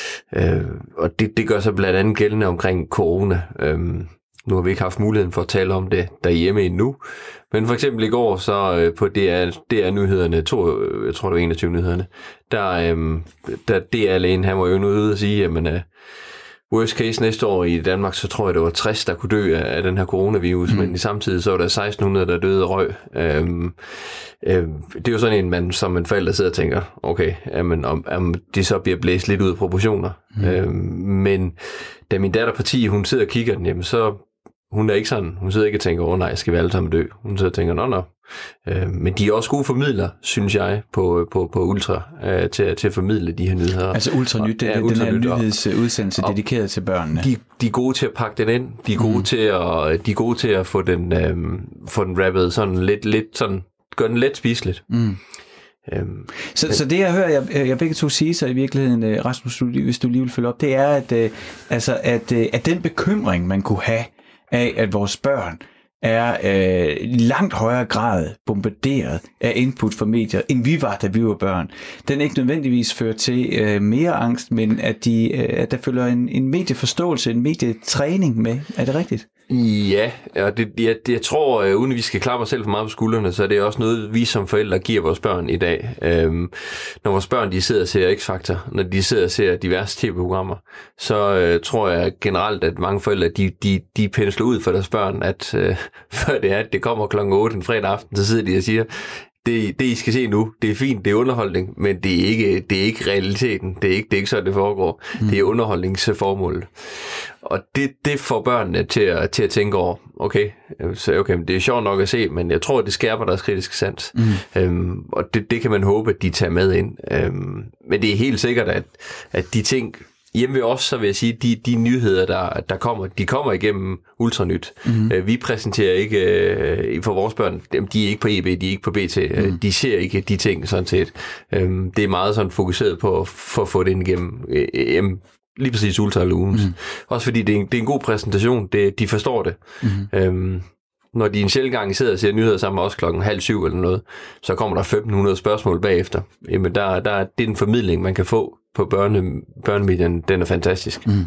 øh, og det, det gør sig blandt andet gældende omkring corona. Øhm, nu har vi ikke haft muligheden for at tale om det derhjemme endnu, men for eksempel i går så øh, på D R, D R-nyhederne, to, jeg tror det var enogtyve nyhederne, der, øh, der D R-lægen, han var jo ude og sige, jamen øh, worst case næste år i Danmark, så tror jeg, det var tres, der kunne dø af, af den her coronavirus, mm. men i samtidig så var der seksten hundrede, der døde af røg. Øhm, øhm, det er jo sådan en, man som en forælder sidder og tænker, okay, jamen, om, om det så bliver blæst lidt ud af proportioner. Mm. Øhm, men da min datter på ti, hun sidder og kigger den, jamen så, hun er ikke sådan, hun sidder ikke og tænker, åh oh, nej, skal vi alle sammen dø? Hun sidder og tænker, nå nå. Øh, men de er også gode formidler, synes jeg, på, på, på Ultra, øh, til, til at formidle de her nyheder. Altså Ultranyt, det er ja, den her nyhedsudsendelse dedikeret til børnene. De, de er gode til at pakke den ind, de er gode, mm. til, at, de er gode til at få den, øh, få den rappet sådan lidt, lidt sådan, gør den let spiseligt. Mm. Øhm, så, men, så det jeg hører jeg, jeg begge to sige så i virkeligheden, Rasmus, hvis du lige vil følge op, det er, at, øh, altså, at, øh, at den bekymring, man kunne have af, at vores børn er øh, i langt højere grad bombarderet af input fra medier, end vi var, da vi var børn. Den ikke nødvendigvis fører til øh, mere angst, men at, de, øh, at der følger en, en medieforståelse, en medietræning med. Er det rigtigt? Ja, og det, jeg, det, jeg tror, uh, uden at vi skal klappe os selv for meget på skuldrene, så er det også noget, vi som forældre giver vores børn i dag. Øhm, når vores børn de sidder og ser X-Factor, når de sidder og ser diverse tv-programmer, så uh, tror jeg generelt, at mange forældre, de, de, de pensler ud for deres børn, at uh, før det er, at det kommer klokken otte en fredag aften, så sidder de og siger, Det, det I skal se nu, det er fint, det er underholdning, men det er ikke, det er ikke realiteten. Det er ikke, det er ikke sådan, det foregår. Mm. Det er underholdningsformål. Og det, det får børnene til at, til at tænke over, okay, så okay, det er sjovt nok at se, men jeg tror, at det skærper deres kritiske sans. Mm. Øhm, og det, det kan man håbe, at de tager med ind. Øhm, men det er helt sikkert, at, at de ting... Hjemme ved os, så vil jeg sige, de, de nyheder, der, der kommer, de kommer igennem Ultranyt. Mm-hmm. Uh, vi præsenterer ikke, uh, for vores børn, de er ikke på E B, de er ikke på B T, mm. uh, de ser ikke de ting sådan set. Um, det er meget sådan fokuseret på for at få det ind igennem uh, um, lige præcis Ultralugens. Mm. Også fordi det er, en, det er en god præsentation, det, de forstår det. Mm-hmm. Um, når de en sjældent gang sidder og ser nyheder sammen med os klokken halv syv eller noget, så kommer der femten hundrede spørgsmål bagefter. Jamen der, der, det er en formidling, man kan få på børne, børnemedierne, den er fantastisk. Mm.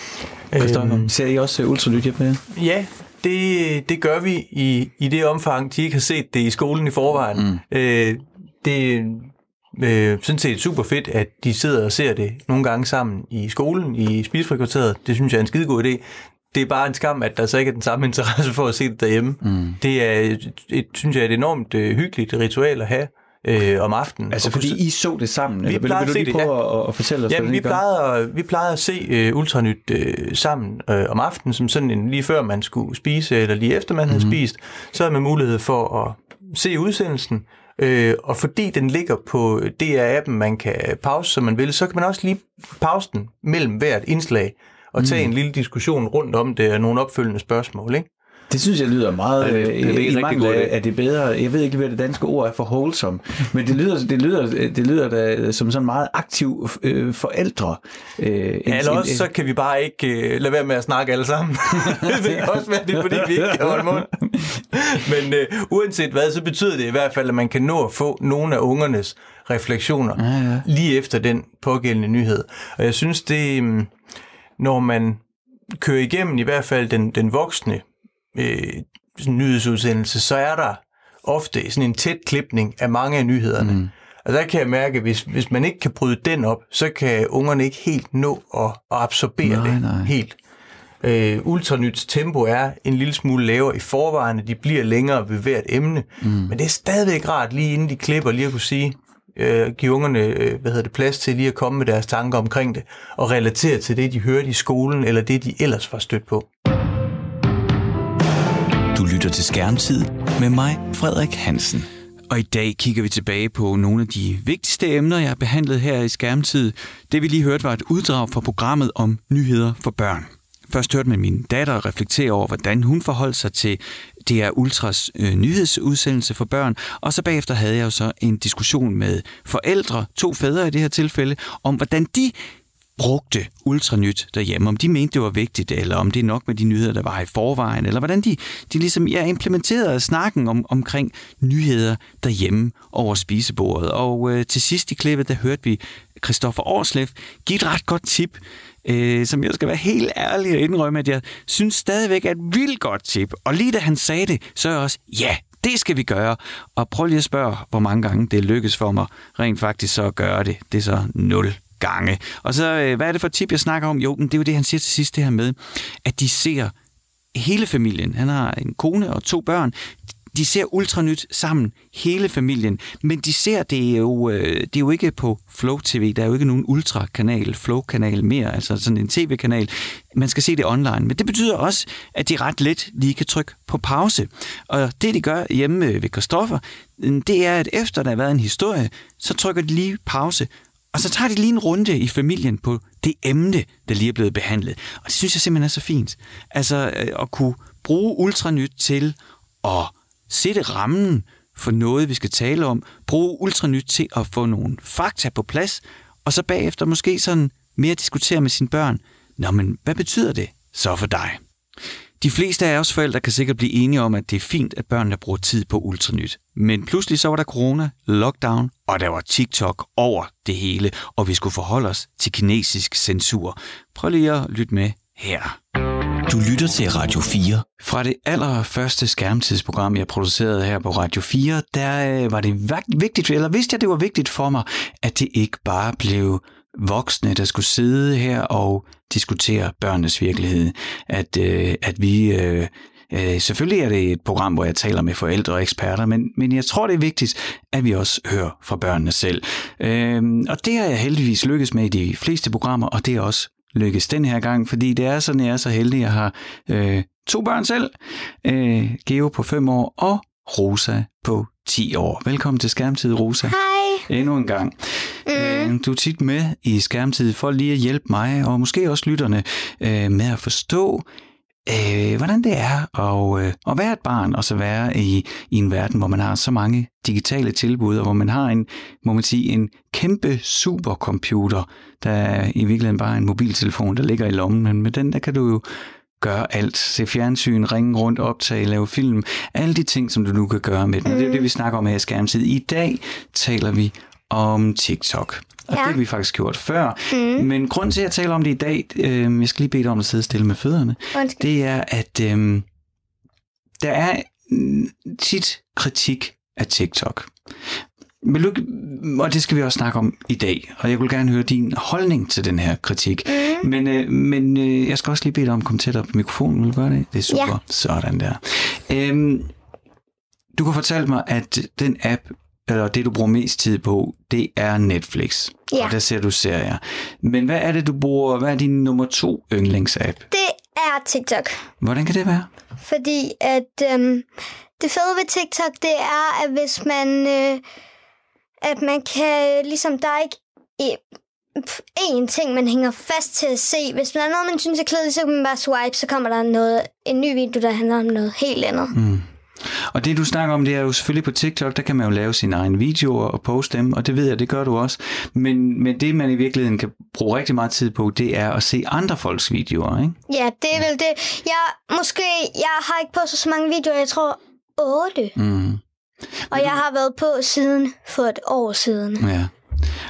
Øhm, ser I også Ultranyt hjemme med? Ja, det, det gør vi i, i det omfang, de ikke har set det i skolen i forvejen. Mm. Øh, det er øh, sådan set super fedt, at de sidder og ser det nogle gange sammen i skolen, i spisefrikvarteret. Det synes jeg er en skidegod idé. Det er bare en skam, at der så ikke er den samme interesse for at se det derhjemme. Mm. Det er, et, et, synes jeg, et enormt øh, hyggeligt ritual at have øh, om aftenen. Altså fordi I så det sammen? Vi eller vil, vil du lige prøve ja. at, at fortælle os, Jamen, vi plejede, vi plejede at se uh, Ultranyt uh, sammen uh, om aftenen, som sådan en, lige før man skulle spise, eller lige efter man mm-hmm. havde spist. Så havde man mulighed for at se udsendelsen. Uh, og fordi den ligger på D R-appen, man kan pause, som man vil, så kan man også lige pause den mellem hvert indslag, og tage mm. en lille diskussion rundt om det, og nogle opfølgende spørgsmål, ikke? Det synes jeg lyder meget ja, det, det, det i mangel af, at det bedre. Jeg ved ikke, hvad det danske ord er for wholesome, men det lyder, det lyder, det lyder da som sådan meget aktiv øh, forældre. Øh, ja, eller også så kan vi bare ikke øh, lade være med at snakke alle sammen. Det kan også være, det er, fordi vi ikke kan holde mund. Men øh, uanset hvad, så betyder det i hvert fald, at man kan nå at få nogle af ungernes refleksioner ja, ja. lige efter den pågældende nyhed. Og jeg synes, det når man kører igennem i hvert fald den, den voksne øh, nyhedsudsendelse, så er der ofte sådan en tæt klipning af mange af nyhederne. Mm. Og der kan jeg mærke, at hvis, hvis man ikke kan bryde den op, så kan ungerne ikke helt nå at, at absorbere nej, det nej. helt. Øh, Ultranyt tempo er en lille smule lavere i forvejen, de bliver længere ved hvert emne, mm. men det er stadigvæk rart lige inden de klipper lige at kunne sige, øh, give ungerne øh, hvad hedder det, plads til lige at komme med deres tanker omkring det, og relatere til det, de hørte i skolen, eller det, de ellers var stødt på. Du lytter til Skærmtid med mig, Frederik Hansen. Og i dag kigger vi tilbage på nogle af de vigtigste emner, jeg har behandlet her i Skærmtid. Det vi lige hørte var et uddrag fra programmet om nyheder for børn. Først hørte man min datter reflektere over, hvordan hun forholdt sig til D R Ultras øh, nyhedsudsendelse for børn, og så bagefter havde jeg jo så en diskussion med forældre, to fædre i det her tilfælde, om hvordan de brugte Ultranyt derhjemme, om de mente, det var vigtigt, eller om det er nok med de nyheder, der var i forvejen, eller hvordan de, de ligesom ja, implementerede snakken om, omkring nyheder derhjemme over spisebordet. Og øh, til sidst i klippet, der hørte vi Christoffer Aarsleff give et ret godt tip, øh, som jeg skal være helt ærlig og indrømme, at jeg synes stadigvæk er et vildt godt tip. Og lige da han sagde det, så er jeg også, ja, det skal vi gøre. Og prøv lige at spørge, hvor mange gange det lykkes for mig rent faktisk så at gøre det. Det er så nul gange. Og så, hvad er det for et tip, jeg snakker om? Jo, men det er jo det, han siger til sidst, det her med, at de ser hele familien. Han har en kone og to børn. De ser Ultranyt sammen, hele familien. Men de ser det er jo, det er jo ikke på Flow T V. Der er jo ikke nogen Ultra-kanal, Flow-kanal mere, altså sådan en tv-kanal. Man skal se det online. Men det betyder også, at de ret let lige kan trykke på pause. Og det, de gør hjemme ved Christoffer, det er, at efter der har været en historie, så trykker de lige pause. Og så tager de lige en runde i familien på det emne, der lige er blevet behandlet. Og det synes jeg simpelthen er så fint. Altså at kunne bruge Ultranyt til at sætte rammen for noget, vi skal tale om. Bruge Ultranyt til at få nogle fakta på plads. Og så bagefter måske sådan mere diskutere med sine børn. Nå, men hvad betyder det så for dig? De fleste af os forældre kan sikkert blive enige om, at det er fint, at børnene bruger tid på Ultranyt. Men pludselig så var der corona, lockdown, og der var TikTok over det hele, og vi skulle forholde os til kinesisk censur. Prøv lige at lytte med her. Du lytter til Radio fire. Fra det allerførste skærmtidsprogram, jeg producerede her på Radio fire, der var det vigtigt, eller vidste jeg, det var vigtigt for mig, at det ikke bare blev voksne, der skulle sidde her og diskutere børnenes virkelighed. At, øh, at vi... Øh, øh, selvfølgelig er det et program, hvor jeg taler med forældre og eksperter, men, men jeg tror, det er vigtigt, at vi også hører fra børnene selv. Øh, og det har jeg heldigvis lykkes med i de fleste programmer, og det er også lykkes den her gang, fordi det er sådan, jeg er så heldig, jeg har øh, to børn selv, øh, Geo på fem år og Rosa på ti år. Velkommen til Skærmtid, Rosa. Hej. Endnu en gang. Mm. Du er tit med i Skærmtid for lige at hjælpe mig, og måske også lytterne, øh, med at forstå, øh, hvordan det er at, øh, at være et barn, og så være i, i en verden, hvor man har så mange digitale tilbud, og hvor man har en, må man sige, en kæmpe supercomputer, der er i virkeligheden bare en mobiltelefon, der ligger i lommen, men med den, der kan du jo gøre alt. Se fjernsyn, ringe rundt, optage, lave film. Alle de ting, som du nu kan gøre med den. Mm. Det er det, vi snakker om her i Skærmtid. I dag taler vi om TikTok. Og ja. Det har vi faktisk gjort før. Mm. Men grunden til, at jeg taler om det i dag, øh, jeg skal lige bede dig om at sidde stille med fødderne, Undskyld. Det er, at øh, der er tit kritik af TikTok. Og det skal vi også snakke om i dag. Og jeg vil gerne høre din holdning til den her kritik. Mm. Men, øh, men øh, jeg skal også lige bede dig om at komme tættere på mikrofonen. Vil du gøre det? Det er super. Ja. Sådan der. Øhm, du kan fortælle mig, at den app, eller det du bruger mest tid på, det er Netflix. Ja. Og der ser du serier. Men hvad er det, du bruger? Hvad er din nummer to yndlingsapp? Det er TikTok. Hvordan kan det være? Fordi at øhm, det fede ved TikTok, det er, at hvis man... Øh, at man kan, ligesom, der er ikke én ting, man hænger fast til at se. Hvis der er noget, man synes er kedeligt, så kan man bare swipe, så kommer der noget, en ny video, der handler om noget helt andet. Mm. Og det, du snakker om, det er jo selvfølgelig på TikTok, der kan man jo lave sine egne videoer og poste dem, og det ved jeg, det gør du også. Men, men det, man i virkeligheden kan bruge rigtig meget tid på, det er at se andre folks videoer, ikke? Ja, det er vel det. Jeg, måske, jeg har ikke postet så mange videoer, jeg tror otte. Mm. Og jeg har været på siden for et år siden. Ja.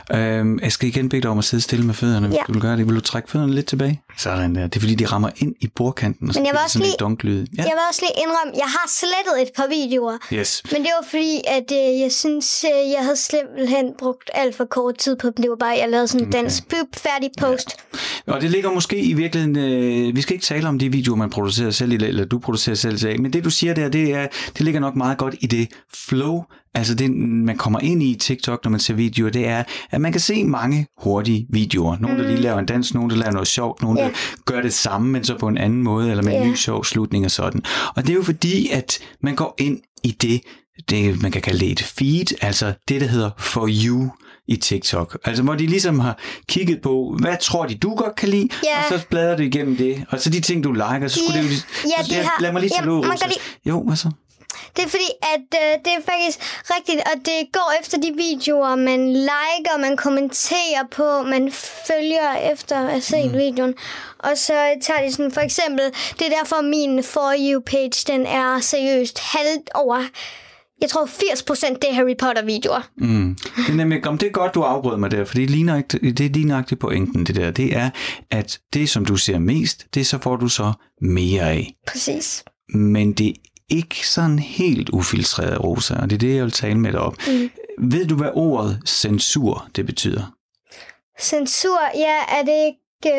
Øhm, jeg skal igen bede dig om at sidde stille med fødderne, hvis Ja. du vil gøre det. Vil du trække fødderne lidt tilbage? Sådan der. Det er fordi, de rammer ind i bordkanten, og så Men jeg bliver vil det også sådan lige- lidt dunklyd. Ja. Jeg vil også lige indrømme, jeg har slettet et par videoer. Yes. Men det var fordi, at øh, jeg synes, øh, jeg havde simpelthen brugt alt for kort tid på dem. Det var bare, jeg lavede sådan en Okay. dans, bup, færdig post. Ja. Og det ligger måske i virkeligheden, øh, vi skal ikke tale om de videoer, man producerer selv, eller, eller du producerer selv til, men det du siger der, det, er, det ligger nok meget godt i det flow, altså det, man kommer ind i TikTok, når man ser videoer, det er, at man kan se mange hurtige videoer. Nogle, der lige laver en dans, nogle, der laver noget sjovt, nogle, Ja. der gør det samme, men så på en anden måde, eller med en Ja. ny sjov slutning og sådan. Og det er jo fordi, at man går ind i det, det, man kan kalde det et feed, altså det, der hedder For You i TikTok. Altså hvor de ligesom har kigget på, hvad tror de, du godt kan lide, Ja. og så bladrer du igennem det. Og så de ting, du liker, så skulle De- det jo... ja, så de jeg- har- Lad mig lige tage ja, ud, man Rosa. kan Jo, hvad så? Det er fordi, at øh, det er faktisk rigtigt, og det går efter de videoer, man liker, man kommenterer på, man følger efter at have set mm. videoen. Og så tager de sådan, for eksempel, det er derfor min For You-page, den er seriøst halvt over... Jeg tror firs procent det er Harry Potter-videoer. Mm. Det, er nemlig, om det er godt, du afbrød mig der, for det er lige nøjagtigt, det er lige nøjagtigt pointen, det der. Det er, at det, som du ser mest, det så får du så mere af. Præcis. Men det er ikke sådan helt ufiltreret, Rosa, og det er det, jeg vil tale med dig om. Mm. Ved du, hvad ordet censur, det betyder? Censur, ja, er det ikke...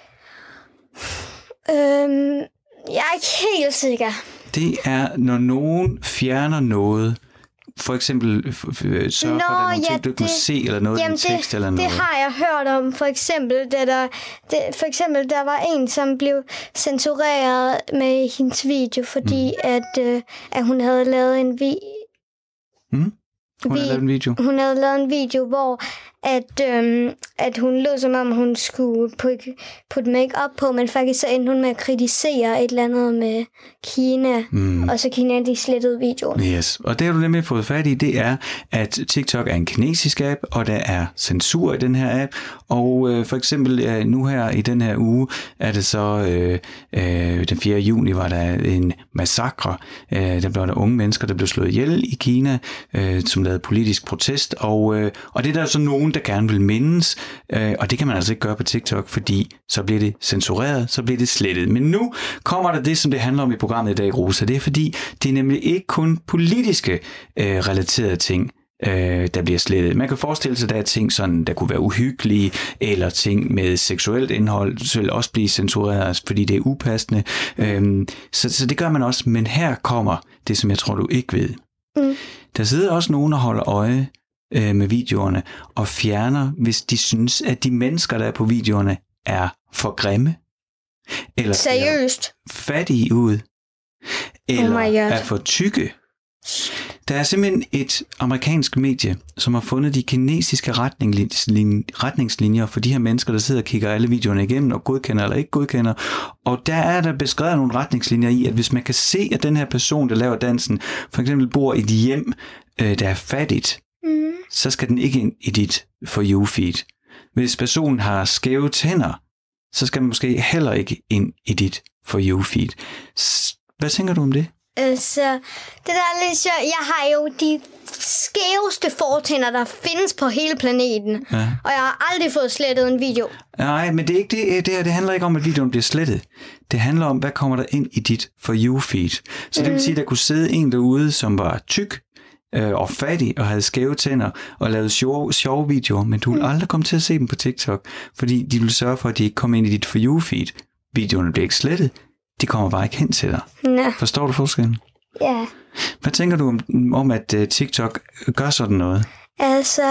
Øh, øhm, jeg er ikke helt sikker. Det er, når nogen fjerner noget, for eksempel f- f- sørger Nå, for, at der er nogle ja, ting, du ikke må det- se, eller noget i en tekst, det, eller noget. det har jeg hørt om. For eksempel, da der, det, for eksempel, der var en, som blev censureret med hendes video, fordi mm. at, øh, at hun havde lavet en vi, Mm? Hun har vi- lavet en video. hun havde lavet en video, hvor at, øhm, at hun lød som om, hun skulle putte, putte make-up på, men faktisk så endte hun med at kritisere et eller andet med Kina, Mm. og så Kina, de slettede videoen. Yes, og det har du nemlig fået fat i, det er, at TikTok er en kinesisk app, og der er censur i den her app, og øh, for eksempel øh, nu her i den her uge, er det så øh, øh, den fjerde juni, var der en massakre, øh, der blev der unge mennesker, der blev slået ihjel i Kina, øh, som lavede politisk protest, og, øh, og det er der så nogen, der gerne vil mindes, øh, og det kan man altså ikke gøre på TikTok, fordi så bliver det censureret, så bliver det slettet. Men nu kommer der det, som det handler om i programmet i dag, Rosa. Det er fordi, det er nemlig ikke kun politiske øh, relaterede ting, øh, der bliver slettet. Man kan forestille sig, at der er ting, sådan, der kunne være uhyggelige, eller ting med seksuelt indhold, så vil også blive censureret, fordi det er upassende. Øh, så, så det gør man også, men her kommer det, som jeg tror, du ikke ved. Mm. Der sidder også nogen og holder øje øh, med videoerne, og fjerner, hvis de synes, at de mennesker, der er på videoerne, er for grimme, eller ser Seriøst. fattige ud, eller Oh my God. er for tykke. Der er simpelthen et amerikansk medie, som har fundet de kinesiske retningslin- retningslinjer for de her mennesker, der sidder og kigger alle videoerne igennem og godkender eller ikke godkender. Og der er der beskrevet nogle retningslinjer i, at hvis man kan se, at den her person, der laver dansen, for eksempel bor i et hjem, øh, der er fattigt, Mm. så skal den ikke ind i dit For You-feed. Hvis personen har skæve tænder, så skal den måske heller ikke ind i dit For You-feed. S- Hvad tænker du om det? Altså, det der er lidt sjovt. Jeg har jo de skæveste fortænder, der findes på hele planeten. Ja. Og jeg har aldrig fået slettet en video. Nej, men det er ikke det. Det, her, det handler ikke om, at videoen bliver slettet. Det handler om, hvad kommer der ind i dit For You-feed. Så det vil sige, at der kunne sidde en derude, som var tyk øh, og fattig og havde skæve tænder og lavede sjove, sjove videoer, men du vil aldrig komme til at se dem på TikTok, fordi de vil sørge for, at de ikke kommer ind i dit For You-feed. Videoerne bliver ikke slettet. De kommer bare ikke hen til dig. Nå. Forstår du forskellen? Ja. Hvad tænker du om, om at uh, TikTok gør sådan noget? Altså,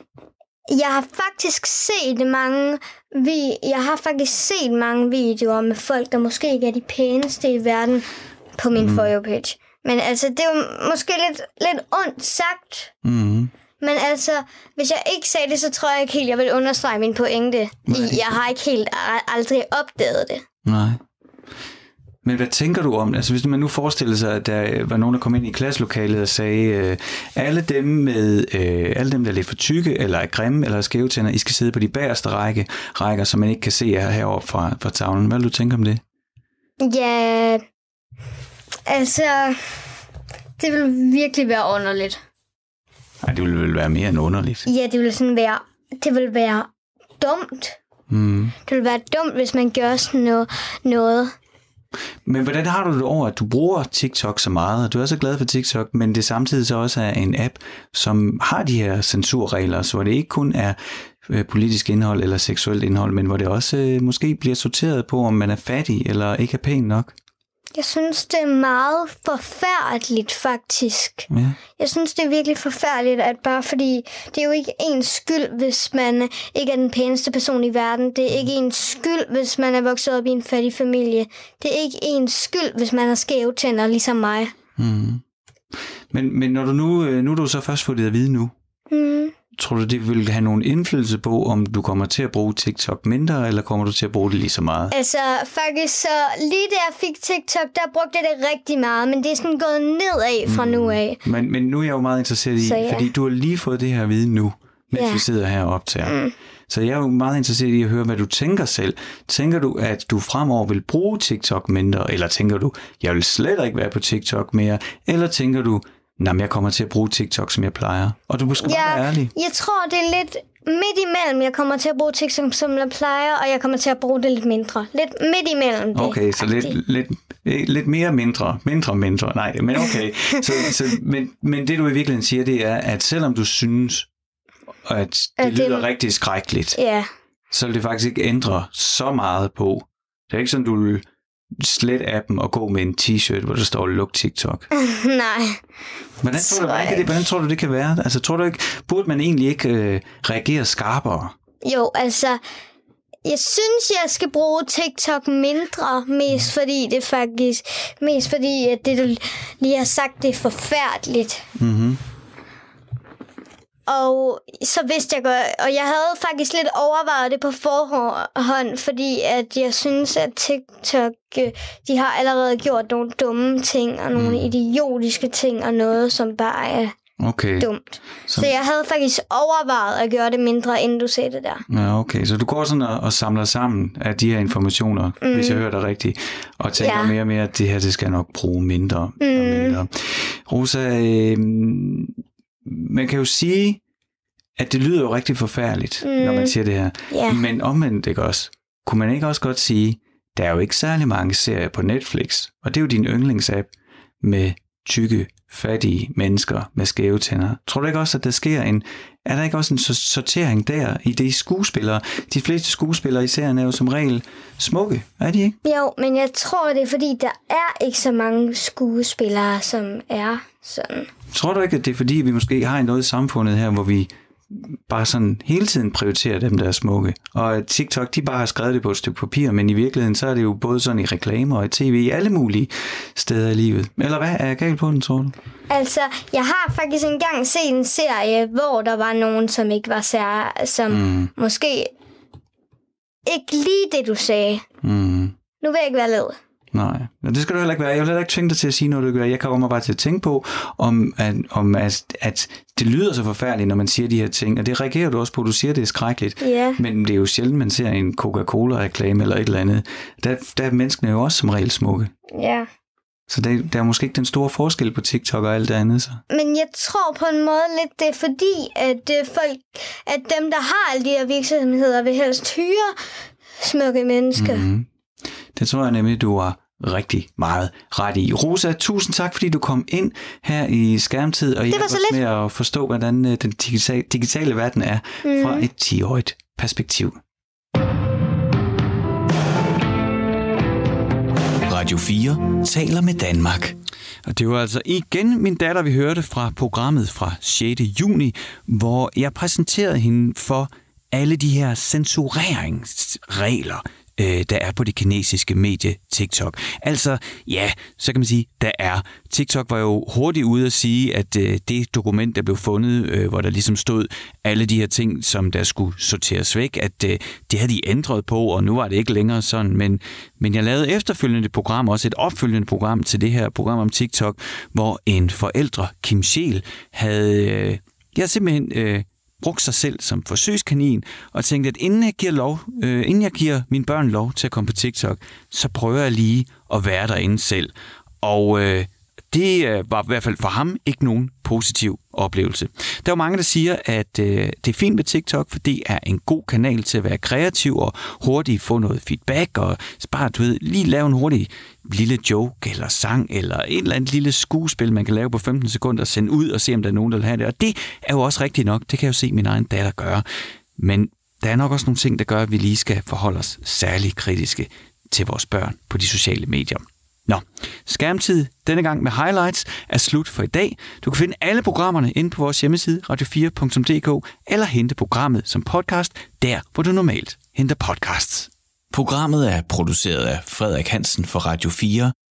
jeg har faktisk set mange vi jeg har faktisk set mange videoer med folk, der måske ikke er de pæneste i verden på min mm. For You-page. Men altså, det er jo måske lidt, lidt ondt sagt. Mm. Men altså, hvis jeg ikke sagde det, så tror jeg ikke helt, jeg vil understrege min pointe. I, jeg har ikke helt aldrig opdaget det. Nej. Men hvad tænker du om det? Altså hvis man nu forestiller sig, at der var nogen, der kom ind i klasselokalet og sagde, øh, alle dem med øh, alle dem, der er lidt for tykke, eller er grimme, eller er skæve tænder, I skal sidde på de bagerste række, rækker, som man ikke kan se her heroppe fra, fra tavlen. Hvad vil du tænke om det? Ja, altså, det vil virkelig være underligt. Nej, det ville vel være mere end underligt. Ja, det ville sådan være det vil være dumt. Mm. Det vil være dumt, hvis man gør sådan noget. noget. Men hvordan har du det over, at du bruger TikTok så meget, og du er så glad for TikTok, men det samtidig så også er en app, som har de her censurregler, så det ikke kun er politisk indhold eller seksuelt indhold, men hvor det også øh, måske bliver sorteret på, om man er fattig eller ikke er pæn nok? Jeg synes, det er meget forfærdeligt, faktisk. Ja. Jeg synes, det er virkelig forfærdeligt, at bare fordi det er jo ikke ens skyld, hvis man ikke er den pæneste person i verden. Det er ikke ens skyld, hvis man er vokset op i en fattig familie. Det er ikke ens skyld, hvis man har skæve tænder, ligesom mig. Mm. Men, men når du nu, nu er du så først fået det at vide nu, mm. tror du, det vil have nogen indflydelse på, om du kommer til at bruge TikTok mindre, eller kommer du til at bruge det lige så meget? Altså, faktisk så lige da jeg fik TikTok, der brugte jeg det rigtig meget, men det er sådan gået nedad fra mm. nu af. Men, men nu er jeg jo meget interesseret i, ja. fordi du har lige fået det her at vide nu, mens ja. vi sidder her og optager. Mm. Så jeg er jo meget interesseret i at høre, hvad du tænker selv. Tænker du, at du fremover vil bruge TikTok mindre, eller tænker du, jeg vil slet ikke være på TikTok mere, eller tænker du, nej, jeg kommer til at bruge TikTok, som jeg plejer. Og du måske ja, bare være ærlig. Jeg tror, det er lidt midt imellem. Jeg kommer til at bruge TikTok, som jeg plejer, og jeg kommer til at bruge det lidt mindre. Lidt midt imellem det. Okay, så lidt, lidt, lidt mere mindre. Mindre mindre. Nej, men okay. så, så, men, men det, du i virkeligheden siger, det er, at selvom du synes, at det, at det lyder rigtig skrækkeligt, ja. så vil det faktisk ikke ændre så meget på. Det er ikke sådan, du vil slet appen og gå med en t-shirt, hvor der står luk TikTok. Nej. Hvordan tror, du, det, hvordan tror du, det kan være? Altså, tror du ikke, burde man egentlig ikke øh, reagere skarpere? Jo, altså, jeg synes, jeg skal bruge TikTok mindre, mest fordi det faktisk, mest fordi, at det, du lige har sagt, det er forfærdeligt. Mhm. Og så vidste jeg godt, og jeg havde faktisk lidt overvejet det på forhånd, fordi at jeg synes, at TikTok, de har allerede gjort nogle dumme ting, og nogle idiotiske ting, og noget, som bare er okay. dumt. Så... så jeg havde faktisk overvejet at gøre det mindre, inden du sagde det der. Ja, okay. Så du går sådan og, og samler sammen af de her informationer, mm. hvis jeg hører dig rigtigt, og tænker ja. mere og mere, at det her, det skal jeg nok bruge mindre mm. og mindre. Rosa, øh, man kan jo sige, at det lyder jo rigtig forfærdeligt, mm. når man siger det her. Yeah. Men omvendt ikke også. Kunne man ikke også godt sige, der er jo ikke særlig mange serier på Netflix, og det er jo din yndlingsapp med tykke, fattige mennesker med skæve tænder. Tror du ikke også, at der sker en... Er der ikke også en sortering der i de skuespillere? De fleste skuespillere i serien er jo som regel smukke, er de ikke? Jo, men jeg tror, det er fordi, der er ikke så mange skuespillere, som er sådan. Tror du ikke, at det er fordi, vi måske har noget i samfundet her, hvor vi bare sådan hele tiden prioriterer dem, der er smukke? Og TikTok, de bare har skrevet det på et stykke papir, men i virkeligheden, så er det jo både sådan i reklamer og i tv, i alle mulige steder i livet. Eller hvad? Er jeg galt på den, tror du? Altså, jeg har faktisk engang set en serie, hvor der var nogen, som ikke var sær, som mm. måske ikke lige det, du sagde. Mm. Nu vil jeg ikke være led. Nej, det skal du heller ikke være. Jeg vil heller ikke tvinge dig til at sige noget, du gør. Jeg kommer bare til at tænke på, om, at, om at, at det lyder så forfærdeligt, når man siger de her ting. Og det reagerer du også på, du siger, det er skrækkeligt. Yeah. Men det er jo sjældent, man ser en Coca-Cola-reklame eller et eller andet. Der, der er menneskene jo også som regel smukke. Ja. Yeah. Så der, der er måske ikke den store forskel på TikTok og alt det andet, så. Men jeg tror på en måde lidt, det er fordi, at folk, at dem, der har alle de her virksomheder, vil helst hyre smukke mennesker. Mm-hmm. Det tror jeg nemlig, du har rigtig meget ret i. Rosa, tusind tak, fordi du kom ind her i Skærmtid, og hjælper os med at forstå, hvordan den digitale, digitale verden er mm. fra et ti-årigt perspektiv. Radio fire taler med Danmark. Og det var altså igen min datter, vi hørte fra programmet fra sjette juni, hvor jeg præsenterede hende for alle de her censureringsregler, der er på det kinesiske medie TikTok. Altså, ja, så kan man sige, der er. TikTok var jo hurtigt ude at sige, at øh, det dokument, der blev fundet, øh, hvor der ligesom stod alle de her ting, som der skulle sorteres væk, at øh, det havde de ændret på, og nu var det ikke længere sådan. Men, men jeg lavede efterfølgende program, også et opfølgende program til det her program om TikTok, hvor en forældre, Kim Scheel, havde øh, jeg simpelthen... Øh, brugt sig selv som forsøgskanin, og tænkte, at inden jeg giver lov, øh, inden jeg giver mine børn lov til at komme på TikTok, så prøver jeg lige at være derinde selv. Og øh, det det øh, var i hvert fald for ham ikke nogen positiv oplevelse. Der er jo mange, der siger, at øh, det er fint med TikTok, for det er en god kanal til at være kreativ og hurtigt få noget feedback, og bare, du ved, lige lave en hurtig lille joke eller sang, eller et eller andet lille skuespil, man kan lave på femten sekunder og sende ud og se, om der er nogen, der vil have det. Og det er jo også rigtigt nok. Det kan jeg jo se min egen datter gøre. Men der er nok også nogle ting, der gør, at vi lige skal forholde os særligt kritiske til vores børn på de sociale medier. Nå, skærmtid denne gang med highlights er slut for i dag. Du kan finde alle programmerne inde på vores hjemmeside radio fire punktum d k eller hente programmet som podcast der, hvor du normalt henter podcasts. Programmet er produceret af Frederik Hansen for Radio fire